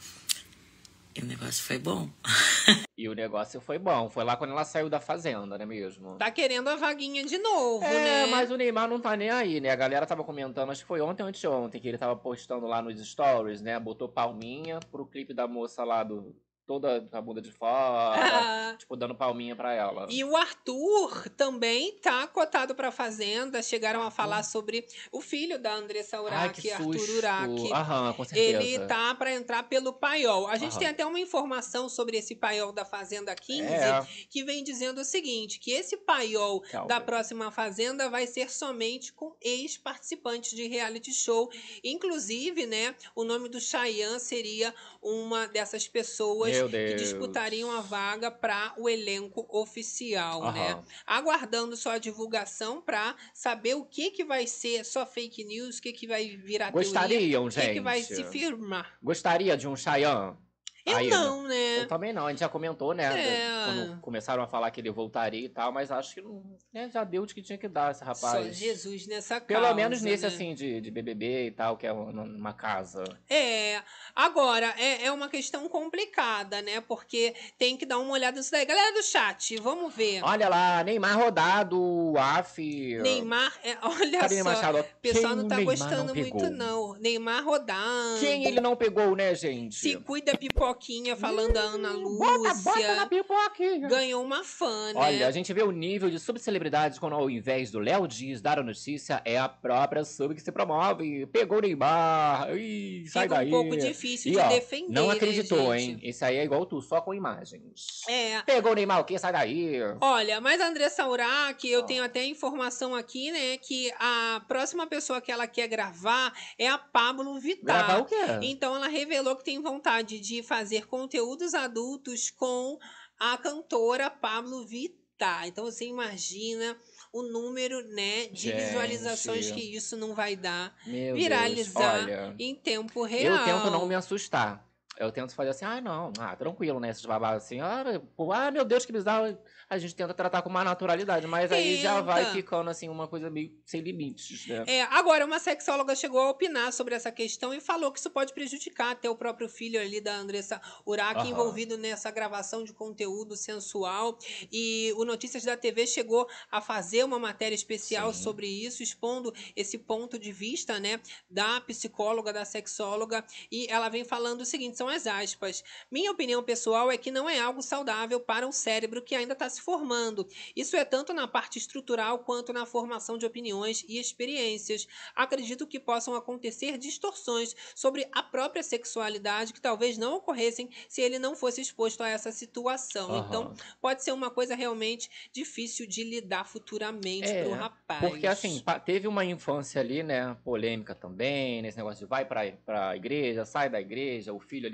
E o negócio foi bom. E o negócio foi bom. Foi lá quando ela saiu da fazenda, não é mesmo? Tá querendo a vaguinha de novo, É, né? mas o Neymar não tá nem aí, né? A galera tava comentando, acho que foi ontem ou anteontem, que ele tava postando lá nos stories, né? Botou palminha pro clipe da moça lá do... Toda com a bunda de fora, Ah. tipo, dando palminha pra ela. E o Arthur também tá cotado pra Fazenda. Chegaram a falar sobre o filho da Andressa Ai, Urach, que Arthur susto. Urach. Aham, com certeza. Ele tá pra entrar pelo paiol. A gente Aham. tem até uma informação sobre esse paiol da Fazenda quinze, É. que vem dizendo o seguinte, que esse paiol Calma. da próxima Fazenda vai ser somente com ex-participantes de reality show. Inclusive, né, o nome do Chayanne seria uma dessas pessoas Meu que Deus. disputariam a vaga para o elenco oficial, né? Aham. Aguardando só a divulgação para saber o que que vai ser só fake news, o que que vai virar teoria, Gostariam, o que que vai gente? se firmar. Gostaria de um Chayanne? Eu Aí, não, né? Eu também não, a gente já comentou, né? É. Quando começaram a falar que ele voltaria e tal, mas acho que não, né, já deu de que tinha que dar esse Só rapaz. Jesus nessa Pelo causa, menos nesse, né? assim, de, de B B B e tal, que é uma, uma casa. É, agora, é, é uma questão complicada, né? Porque tem que dar uma olhada nisso daí. Galera do chat, vamos ver. Olha lá, Neymar rodado, Af. Neymar, é, olha Karine só, Machado, o pessoal quem não o tá Neymar gostando não muito pegou? não. Neymar rodando. Quem ele não pegou, né, gente? Se cuida pipoquinha, falando a Ana Bota, bota na Lúcia. pipoquinha. Ganhou uma fã, né? Olha, a gente vê o nível de subcelebridade quando ao invés do Léo Dias dar a notícia, é a própria sub que se promove. Pegou o Neymar. Ih, sai Fica daí. um pouco difícil E, de ó, defender, não né, acreditou, gente? hein? Esse aí é igual tu, só com imagens. É. Pegou o Neymar o quê? Sai daí. Olha, mas a Andressa Urach, eu Ó. tenho até informação aqui, né, que a próxima pessoa que ela quer gravar é a Pablo Vittar. Gravar o quê? Então ela revelou que tem vontade de fazer conteúdos adultos com a cantora Pablo Vittar. Então você imagina o número, né, de Gente. visualizações que isso não vai dar. Meu Viralizar Deus, olha. em tempo real. Eu tento não me assustar. Eu tento fazer assim, ah, não, ah, tranquilo, né? Esses babados assim, ah, pô, ah, meu Deus, que bizarro. A gente tenta tratar com uma naturalidade, mas aí já vai Tenta. ficando assim, uma coisa meio sem limites, né? É, agora, uma sexóloga chegou a opinar sobre essa questão e falou que isso pode prejudicar até o próprio filho ali da Andressa Urach, Aham. envolvido nessa gravação de conteúdo sensual. E o Notícias da T V chegou a fazer uma matéria especial Sim. sobre isso, expondo esse ponto de vista, né, da psicóloga, da sexóloga. E ela vem falando o seguinte, são as aspas. Minha opinião pessoal é que não é algo saudável para um cérebro que ainda está se formando. Isso é tanto na parte estrutural quanto na formação de opiniões e experiências. Acredito que possam acontecer distorções sobre a própria sexualidade que talvez não ocorressem se ele não fosse exposto a essa situação. Aham. Então, pode ser uma coisa realmente difícil de lidar futuramente É, pro rapaz. Porque assim, pa- teve uma infância ali, né, polêmica também, nesse negócio de vai pra, pra igreja, sai da igreja, o filho ali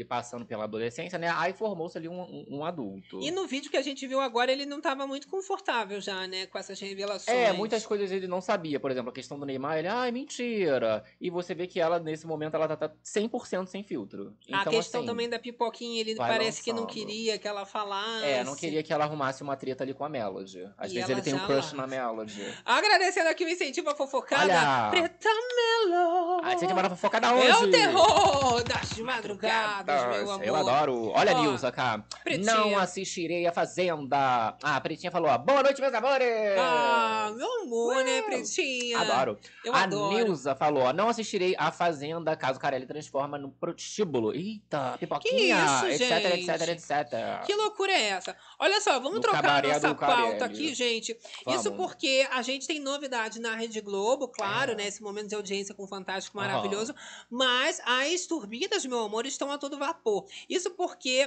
ele passando pela adolescência, né? Aí formou-se ali um, um, um adulto. E no vídeo que a gente viu agora, ele não tava muito confortável já, né? Com essas revelações. É, muitas coisas ele não sabia. Por exemplo, a questão do Neymar, ele, ai, mentira. E você vê que ela, nesse momento, ela tá cem por cento sem filtro. Então, a questão assim, também da pipoquinha, ele vai parece que não lançando. queria que ela falasse. É, não queria que ela arrumasse uma treta ali com a Melody. Às E vezes ela ele tem um já crush lá. na Melody. Agradecendo aqui o incentivo à fofocada. Olha! Preta Melo. Ah, você tem uma fofocada hoje. É o terror das madrugadas, meu amor. Eu adoro. Olha, Ó, Nilza, cá. Pretinha. Não assistirei a Fazenda. Ah, a Pretinha falou, boa noite, meus amores. Ah, meu amor, né, Pretinha? Adoro. Eu a adoro. Nilza falou, não assistirei a Fazenda caso Carelli transforma no prostíbulo. Eita, pipoquinha, Que isso, etc, gente? etc, etcétera. Que loucura é essa? Olha só, vamos No trocar a cabaré nossa do Carelli. pauta aqui, gente. Vamos. Isso porque a gente tem novidade na Rede Globo, claro, É. né? Esse momento de audiência com o Fantástico Aham. maravilhoso. Mas as turbinas, meu amor, estão a todo vapor. Isso porque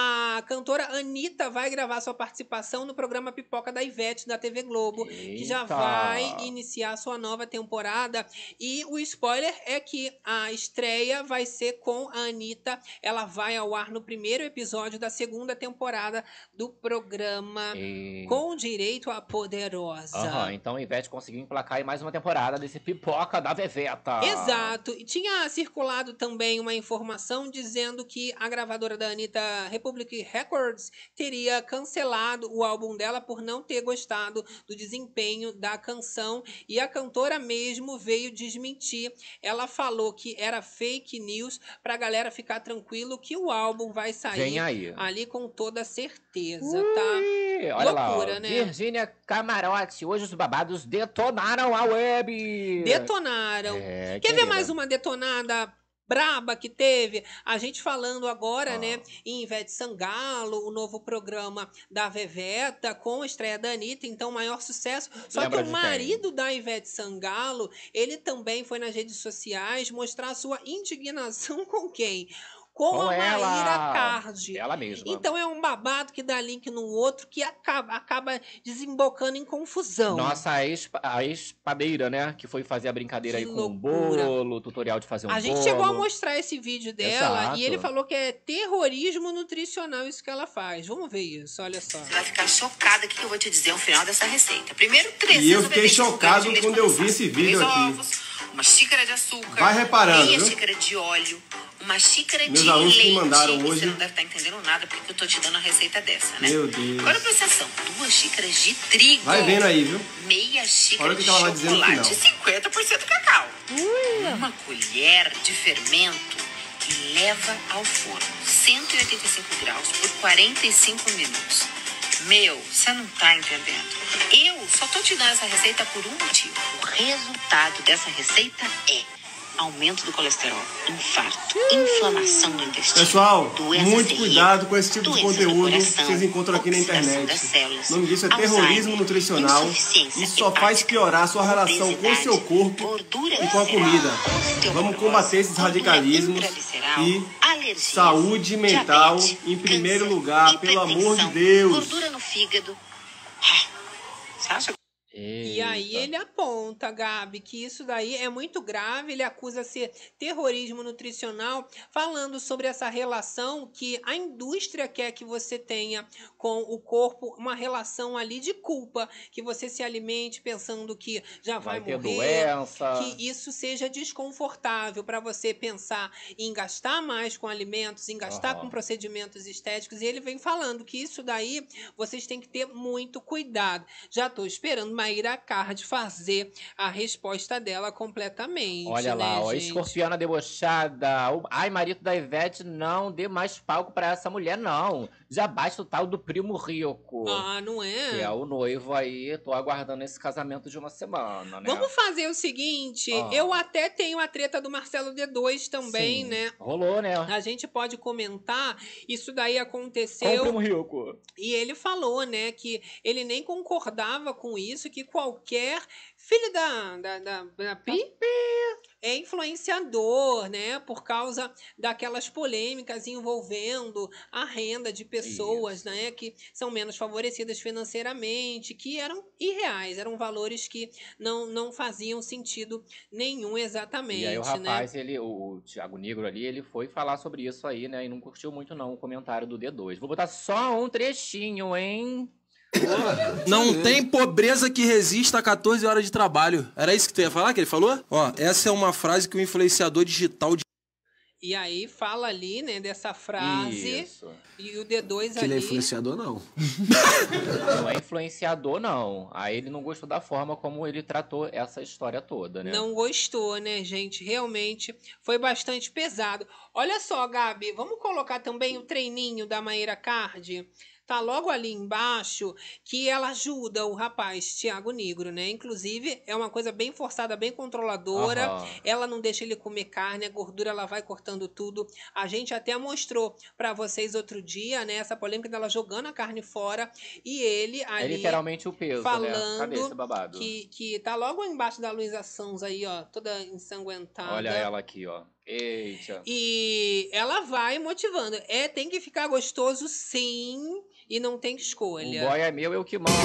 a cantora Anitta vai gravar sua participação no programa Pipoca da Ivete da T V Globo, que já Eita. vai iniciar sua nova temporada. E o spoiler é que a estreia vai ser com a Anitta. Ela vai ao ar no primeiro episódio da segunda temporada do programa E... Com Direito à Poderosa. Aham, então a Ivete conseguiu emplacar aí mais uma temporada desse Pipoca da Veveta. Exato. E tinha circulado também uma informação dizendo que a gravadora da Anitta, Republic Records, teria cancelado o álbum dela por não ter gostado do desempenho da canção. E a cantora mesmo veio desmentir. Ela falou que era fake news pra galera ficar tranquilo que o álbum vai sair Vem aí. ali com toda certeza, tá? Ui, olha Loucura, lá, né? Virgínia Camarote, hoje os babados detonaram a web. Detonaram. É, Quer ver querida. mais uma detonada braba que teve? A gente falando agora, Ah. né, em Ivete Sangalo, o novo programa da Veveta, com a estreia da Anitta, então maior sucesso. Só Lembra que de o quem? marido da Ivete Sangalo, ele também foi nas redes sociais mostrar sua indignação com quem? Com, Com a ela. Maíra Cardi. Ela mesma. Então é um babado que dá link no outro que acaba, acaba desembocando em confusão. Nossa ex, a ex-padeira, né? Que foi fazer a brincadeira Que aí com loucura. o bolo, tutorial de fazer um A bolo. gente chegou a mostrar esse vídeo dela Exato. e ele falou que é terrorismo nutricional isso que ela faz. Vamos ver isso, olha só. Você vai ficar chocada o que eu vou te dizer no final dessa receita. Primeiro, trezentos E eu fiquei noventa e cinco gramas chocado de leite quando eu vi condensado, esse vídeo três aqui. ovos, uma xícara de açúcar, Vai reparando, meia viu? xícara de óleo, uma xícara Meus de alunos que leite. mandaram Você hoje. não deve estar entendendo nada porque eu tô te dando a receita dessa, né? Meu Deus. Agora presta atenção. Duas xícaras de trigo. Vai vendo aí, viu? Meia xícara Olha o que de que ela vai dizer no chocolate e final. cinquenta por cento cacau. Uma colher de fermento que leva ao forno cento e oitenta e cinco graus por quarenta e cinco minutos. Meu, você não tá entendendo. Eu só tô te dando essa receita por um motivo. O resultado dessa receita é aumento do colesterol, infarto, inflamação do intestino. Pessoal, doenças muito terríveis, cuidado com esse tipo de doença do conteúdo coração, que vocês encontram aqui na oxidação internet. das células, O nome disso é Alzheimer, terrorismo nutricional. insuficiência Isso só faz hepática, piorar a sua relação com o seu obesidade, corpo gordura e com a visceral, comida. osteoporose, Vamos combater esses gordura radicalismos intravisceral, e alergias, saúde mental diabetes, em primeiro câncer, lugar, pelo amor de hipertensão, Deus. Gordura no fígado. Ah, Você acha? E aí ele aponta, Gabi, que isso daí é muito grave, ele acusa ser terrorismo nutricional, falando sobre essa relação que a indústria quer que você tenha com o corpo, uma relação ali de culpa, que você se alimente pensando que já vai, Vai ter morrer, doença. que isso seja desconfortável para você pensar em gastar mais com alimentos, em gastar Aham. com procedimentos estéticos, e ele vem falando que isso daí vocês têm que ter muito cuidado. Já estou esperando Maíra Card fazer a resposta dela completamente. Olha né, lá, ó, gente? escorpiana debochada. O- Ai, marido da Ivete, não dê mais palco pra essa mulher, não. Já basta o tal do primo rico. Ah, não é? Que é o noivo aí, tô aguardando esse casamento de uma semana, né? Vamos fazer o seguinte, Ah. eu até tenho a treta do Marcelo D dois também, Sim, né? rolou, né? A gente pode comentar, isso daí Com o aconteceu primo rico. e ele falou, né, que ele nem concordava com isso, que qualquer filho da, da, da, da Pi é influenciador, né? Por causa daquelas polêmicas envolvendo a renda de pessoas, Isso. né? Que são menos favorecidas financeiramente, que eram irreais, eram valores que não, não faziam sentido nenhum exatamente, E aí o né? rapaz, ele, o, o Thiago Negro ali, ele foi falar sobre isso aí, né? E não curtiu muito não o comentário do D dois. Vou botar só um trechinho, hein? Não tem pobreza que resista a quatorze horas de trabalho. Era isso que tu ia falar, que ele falou? Ó, essa é uma frase que o influenciador digital... De... E aí fala ali, né, dessa frase. Isso. E o D dois Que ali... ele é influenciador, não. Não é influenciador, não. Aí ele não gostou da forma como ele tratou essa história toda, né? Não gostou, né, gente? Realmente foi bastante pesado. Olha só, Gabi, vamos colocar também o treininho da Mayra Card? Tá logo ali embaixo, que ela ajuda o rapaz, Thiago Negro, né? Inclusive, é uma coisa bem forçada, bem controladora. Aham. Ela não deixa ele comer carne, a gordura ela vai cortando tudo. A gente até mostrou pra vocês outro dia, né? Essa polêmica dela jogando a carne fora. E ele É ali literalmente o peso, né? Cadê falando esse babado? que, que tá logo embaixo da Luísa Sons aí, ó, toda ensanguentada. Olha ela aqui, ó. Eita. E ela vai motivando. É, tem que ficar gostoso sim, e não tem O escolha. boy é meu, eu que mando.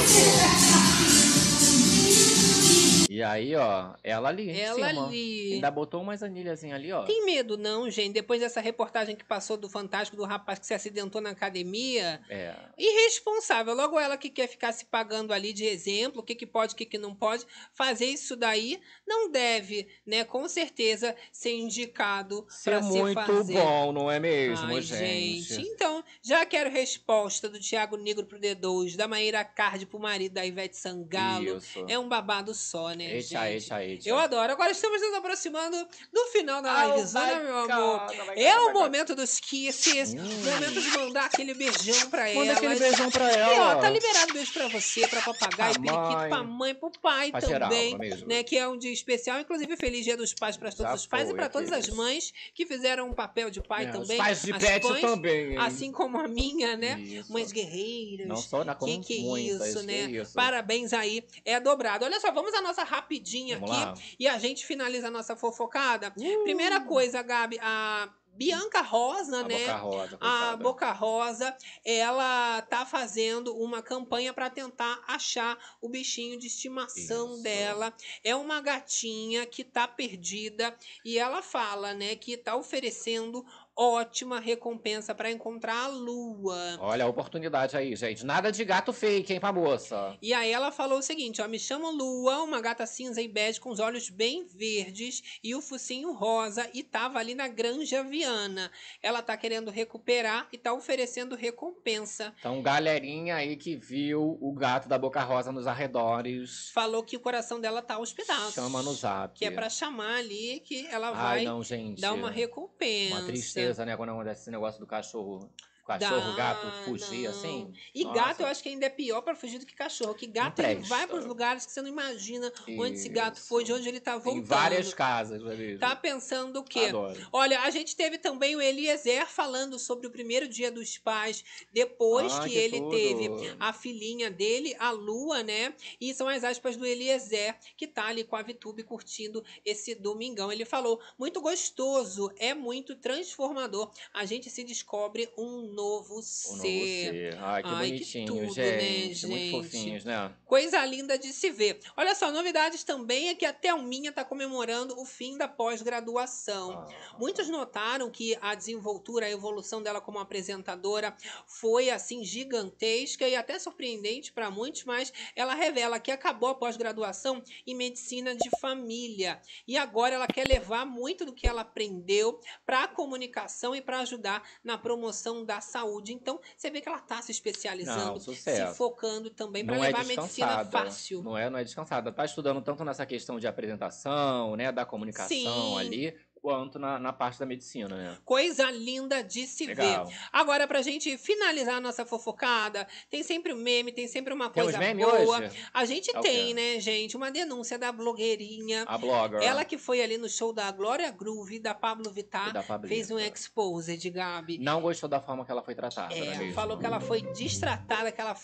E aí, ó, ela ali em Ela cima. ali. Ainda botou umas anilhazinhas ali, ó. Tem medo não, gente? Depois dessa reportagem que passou do Fantástico, do rapaz que se acidentou na academia... É. Irresponsável. Logo ela que quer ficar se pagando ali de exemplo, o que, que pode, o que, que não pode. Fazer isso daí não deve, né? Com certeza ser indicado Ser para se muito fazer. bom, não é mesmo, Ai, gente? Então, já quero resposta do Thiago Negro pro D dois, da Mayra Card pro marido da Ivete Sangalo. Isso. É um babado só, né, Eita, gente? eita, eita. Eu adoro. Agora estamos nos aproximando do final da Ah, livezona, vai, meu cara, amor. vai, É cara, o vai, cara. momento dos kisses, momento de mandar aquele beijão pra Manda elas. aquele beijão pra E ó, ela. tá liberado beijo pra você, pra papagaio, Pra periquito, mãe. pra mãe, pro pai Pra geral, também, não é mesmo? né? Que é um dia especial. Inclusive, feliz dia dos pais pra todos Já os pais e foi, pra todas as aqueles. mães que fizeram um papel de pai É, também. Os pais de as pet mães, também, hein? assim como a minha, né? Isso. Mães guerreiras. Não só na Que como que é muitas, isso, que né? isso. Parabéns aí, é dobrado. Olha só, vamos à nossa rapidinha Vamos aqui lá. e a gente finaliza a nossa fofocada. Primeira coisa, Gabi, a Bianca Rosa, A né? Boca Rosa, A coitada. Boca Rosa, ela tá fazendo uma campanha para tentar achar o bichinho de estimação Isso. dela. É uma gatinha que tá perdida e ela fala, né, que tá oferecendo ótima recompensa para encontrar a Lua. Olha a oportunidade aí, gente. Nada de gato fake, hein, pra moça. E aí ela falou o seguinte, ó, me chamo Lua, uma gata cinza e bege com os olhos bem verdes e o focinho rosa e tava ali na Granja Viana. Ela tá querendo recuperar e tá oferecendo recompensa. Então, galerinha aí que viu o gato da Boca Rosa nos arredores, Falou que o coração dela tá aos pedaços. chama no zap. Que é pra chamar ali que ela Ai, vai não, gente. dar uma recompensa. Uma tristeza, né, quando acontece esse negócio do cachorro. Cachorro, Dá, gato, fugir não. assim. E Nossa. gato eu acho que ainda é pior pra fugir do que cachorro. Que gato ele presta. vai pros lugares que você não imagina onde esse gato Isso. foi, de onde ele tá voltando. Em várias casas, não é mesmo? Tá pensando o quê? Adoro. Olha, a gente teve também o Eliezer falando sobre o primeiro dia dos pais, depois Ah, que, que ele tudo. teve a filhinha dele, a Lua, né? E são as aspas do Eliezer, que tá ali com a Vitube curtindo esse domingão. Ele falou, muito gostoso, é muito transformador. A gente se descobre um novo O ser. novo ser. Ai, que Ai, que bonitinho, tudo, né, gente. Muito gente? fofinhos, né? Coisa linda de se ver. Olha só, novidades também é que a Thelminha está comemorando o fim da pós-graduação. Ah. Muitos notaram que a desenvoltura, a evolução dela como apresentadora foi assim gigantesca e até surpreendente para muitos, mas ela revela que acabou a pós-graduação em medicina de família e agora ela quer levar muito do que ela aprendeu para a comunicação e para ajudar na promoção da saúde. Então, você vê que ela está se especializando, Não, sucesso. se focando também para Não é levar a medicina descansada. fácil. Não é, não é descansada. Tá estudando tanto nessa questão de apresentação, né? Da comunicação Sim. ali, quanto na, na parte da medicina, né? Coisa linda de se Legal. ver. Agora, pra gente finalizar a nossa fofocada, tem sempre um meme, tem sempre uma Temos coisa meme boa. hoje? A gente É o tem, quê? né, gente, uma denúncia da blogueirinha. A blogger. Ela que foi ali no show da Glória Groove, da Pablo E Vittar, da Pablita. fez um exposed, Gabi. Não gostou da forma que ela foi tratada, não é É, mesmo? falou que ela foi destratada, que ela foi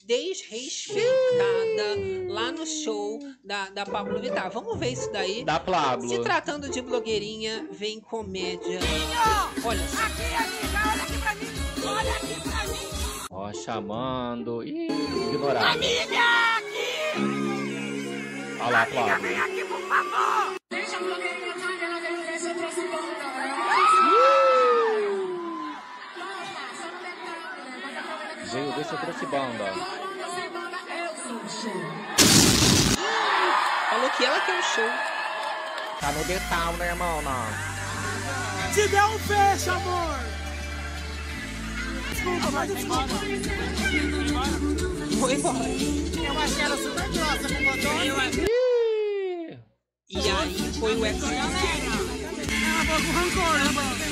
desrespeitada lá no show da, da Pablo Vittar. Vamos ver isso daí. Da Pablo. Se tratando de blogueirinha, vem comédia. Olha só. Aqui, amiga, olha aqui pra mim. Olha aqui pra mim. Ó, chamando. Ih, ignorado. Amiga, aqui. Olha lá, Amiga, Pablo. vem aqui, por favor. Deixa a blogueirinha entrar, ela deve ver se eu trouxe banda. Veio ver se eu trouxe banda. Falou que ela quer o show. Tá no detalhe, né, irmão? Não. Te deu um fecho, amor. Desculpa, mas desculpa. Foi embora. Eu achei ela super grossa com você. E aí foi o X. Ela foi com rancor, né, mano?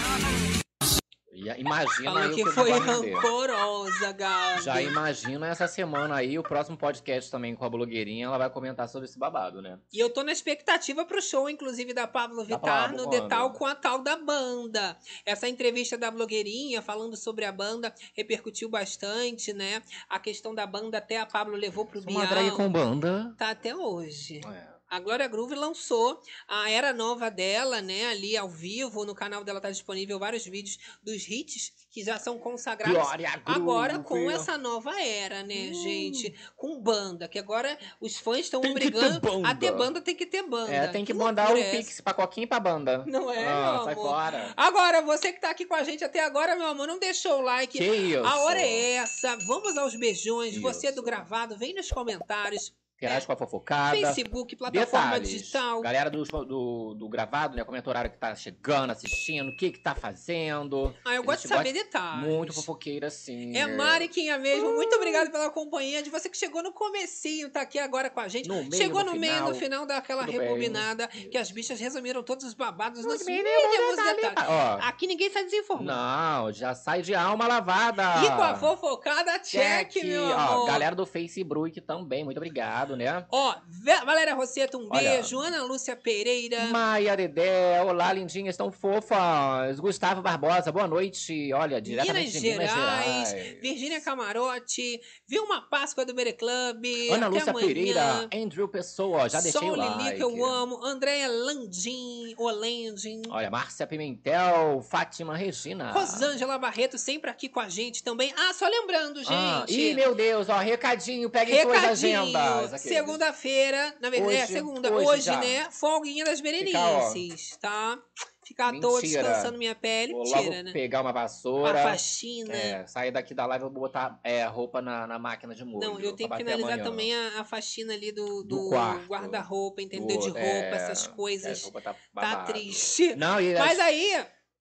Imagina Falou aí que o que foi vai render. rancorosa, Gabi. Já imagina essa semana aí, o próximo podcast também com a blogueirinha, ela vai comentar sobre esse babado, né? E eu tô na expectativa pro show, inclusive, da Pablo Vittar Pablo, no quando? Detal com a tal da banda. Essa entrevista da blogueirinha falando sobre a banda repercutiu bastante, né? A questão da banda até a Pablo levou pro Bial. Uma drag com banda. Tá até hoje. É. A Glória Groove lançou a era nova dela, né? Ali ao vivo, no canal dela tá disponível vários vídeos dos hits que já são consagrados. Glória Groove. Agora com essa nova era, né, Hum. gente? Com banda, que agora os fãs estão Tem que obrigando ter banda. a ter banda, tem que ter banda. É, tem que, Que mandar o loucura é Pix pra Coquinha e pra banda. Não é, ah, meu sai amor? fora. Agora, você que tá aqui com a gente até agora, meu amor, não deixou o like. Que isso? A hora é essa. Vamos aos beijões. Isso. Você do gravado, vem nos comentários. Interage com a fofocada. Facebook, plataforma Detalhes, digital. Galera do, do, do gravado, né? Comenta o horário que tá chegando, assistindo, o que que tá fazendo. Ah, eu A gosto de gente saber gosta detalhes. Muito fofoqueira, sim. É Mariquinha mesmo. Muito obrigada pela companhia de você que chegou no comecinho, tá aqui agora com a gente. No meio, chegou no no meio, final. no final daquela Tudo bem. rebobinada, que as bichas resumiram todos os babados nos bem, mínimos detalhe. detalhes. Ó. Aqui ninguém sai desinformado. Não, já sai de alma lavada. E com a fofocada, check, Check. meu Ó, amor. galera do Facebook também, muito obrigado, né? Ó, Ve- Valéria Rosseto, um Olha. beijo. Ana Lúcia Pereira. Maia Dedé, olá, lindinhas, tão fofas. Gustavo Barbosa, boa noite. Olha, diretamente Minas de Minas Gerais, Gerais. Virgínia Camarote, Vilma Páscoa do Bere Club. Ana até Lúcia amanhã. Pereira, Andrew Pessoa, já deixei Sol o Lili, like. que eu amo. Andréia Landim, Olendim. Olha, Márcia Pimentel, Fátima Regina. Rosângela Barreto, sempre aqui com a gente também. Ah, só lembrando, gente. Ah, ih, meu Deus, ó, recadinho, peguem suas agendas. Aqueles. Segunda-feira, na verdade, é Hoje, segunda, hoje hoje, já. né? Folguinha das Berenices, tá? Ficar à toa Mentira. descansando minha pele, Vou mentira, logo né? pegar uma A vassoura. faxina. É, sair daqui da live e vou botar é, roupa na, na máquina de molho. Não, eu tenho que pra bater finalizar amanhã. também a, a faxina ali do, Do do, quarto. guarda-roupa, entendeu? Do- De roupa, é, essas coisas. é, roupa tá Tá babado. triste. Não, e Mas as- aí...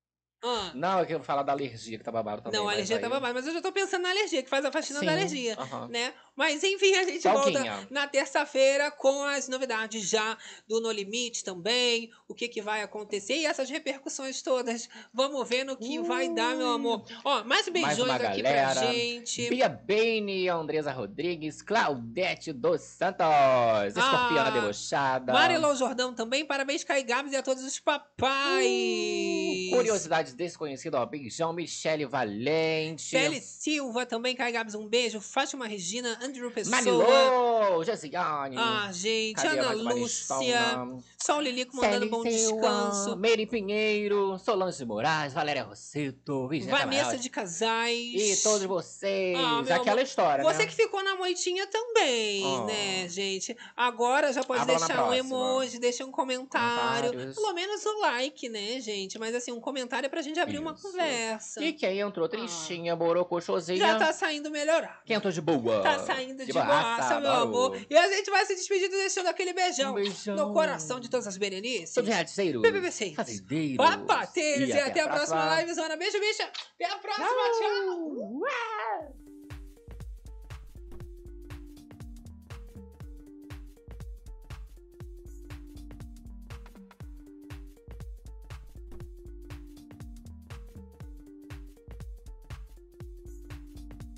Ah, Não, eu quero falar da alergia que tá babado também. não, a mas alergia aí- tá babada, mas eu já tô pensando na alergia, que faz a faxina Sim, da alergia, aham. né? Mas enfim, a gente Folguinha. volta na terça-feira com as novidades já do No Limite também, o que que vai acontecer e essas repercussões todas. Vamos ver no que vai dar, meu amor. Ó, mais Mais beijões uma aqui galera. pra gente. Bia Bane, Andresa Rodrigues, Claudete dos Santos, Escorpiana Ah, Debochada. Marilão Jordão também, parabéns, Kai Gabs e a todos os papais. Curiosidades desconhecidas, ó, beijão, Michele Valente. Celi Silva também, Kai Gabs, um beijo. Fátima Regina, Andrew Pessoa. Manilô, Josiane. Ah, gente, Cadê Ana mais uma Lúcia. listona? Sol Lilico mandando Celi bom Silva, descanso. Meire Pinheiro, Solange Moraes, Valéria Rosseto, Virginia Vanessa Camarote. de Casais. E todos vocês. Ah, meu Aquela amor, história, Você né? que ficou na moitinha também, Oh. né, gente? Agora já pode Abra na deixar um próxima. emoji, deixa um comentário. Comentários. Pelo menos o like, né, gente? Mas assim, um comentário é pra gente abrir uma Isso. conversa. E quem entrou tristinha, borocochosinha. Já tá saindo melhorado. Quem entrou de boa. Tá saindo de boaça, boaça, meu adoro. amor. E a gente vai se despedindo deixando aquele beijão, Um beijão. no coração de todas as Berenices. Todos realizeiros. B B B seis. Fazendeiros. Papateiros. E, até a próxima próxima. livezona. Beijo, bicha. Até a próxima. Tchau. Tchau.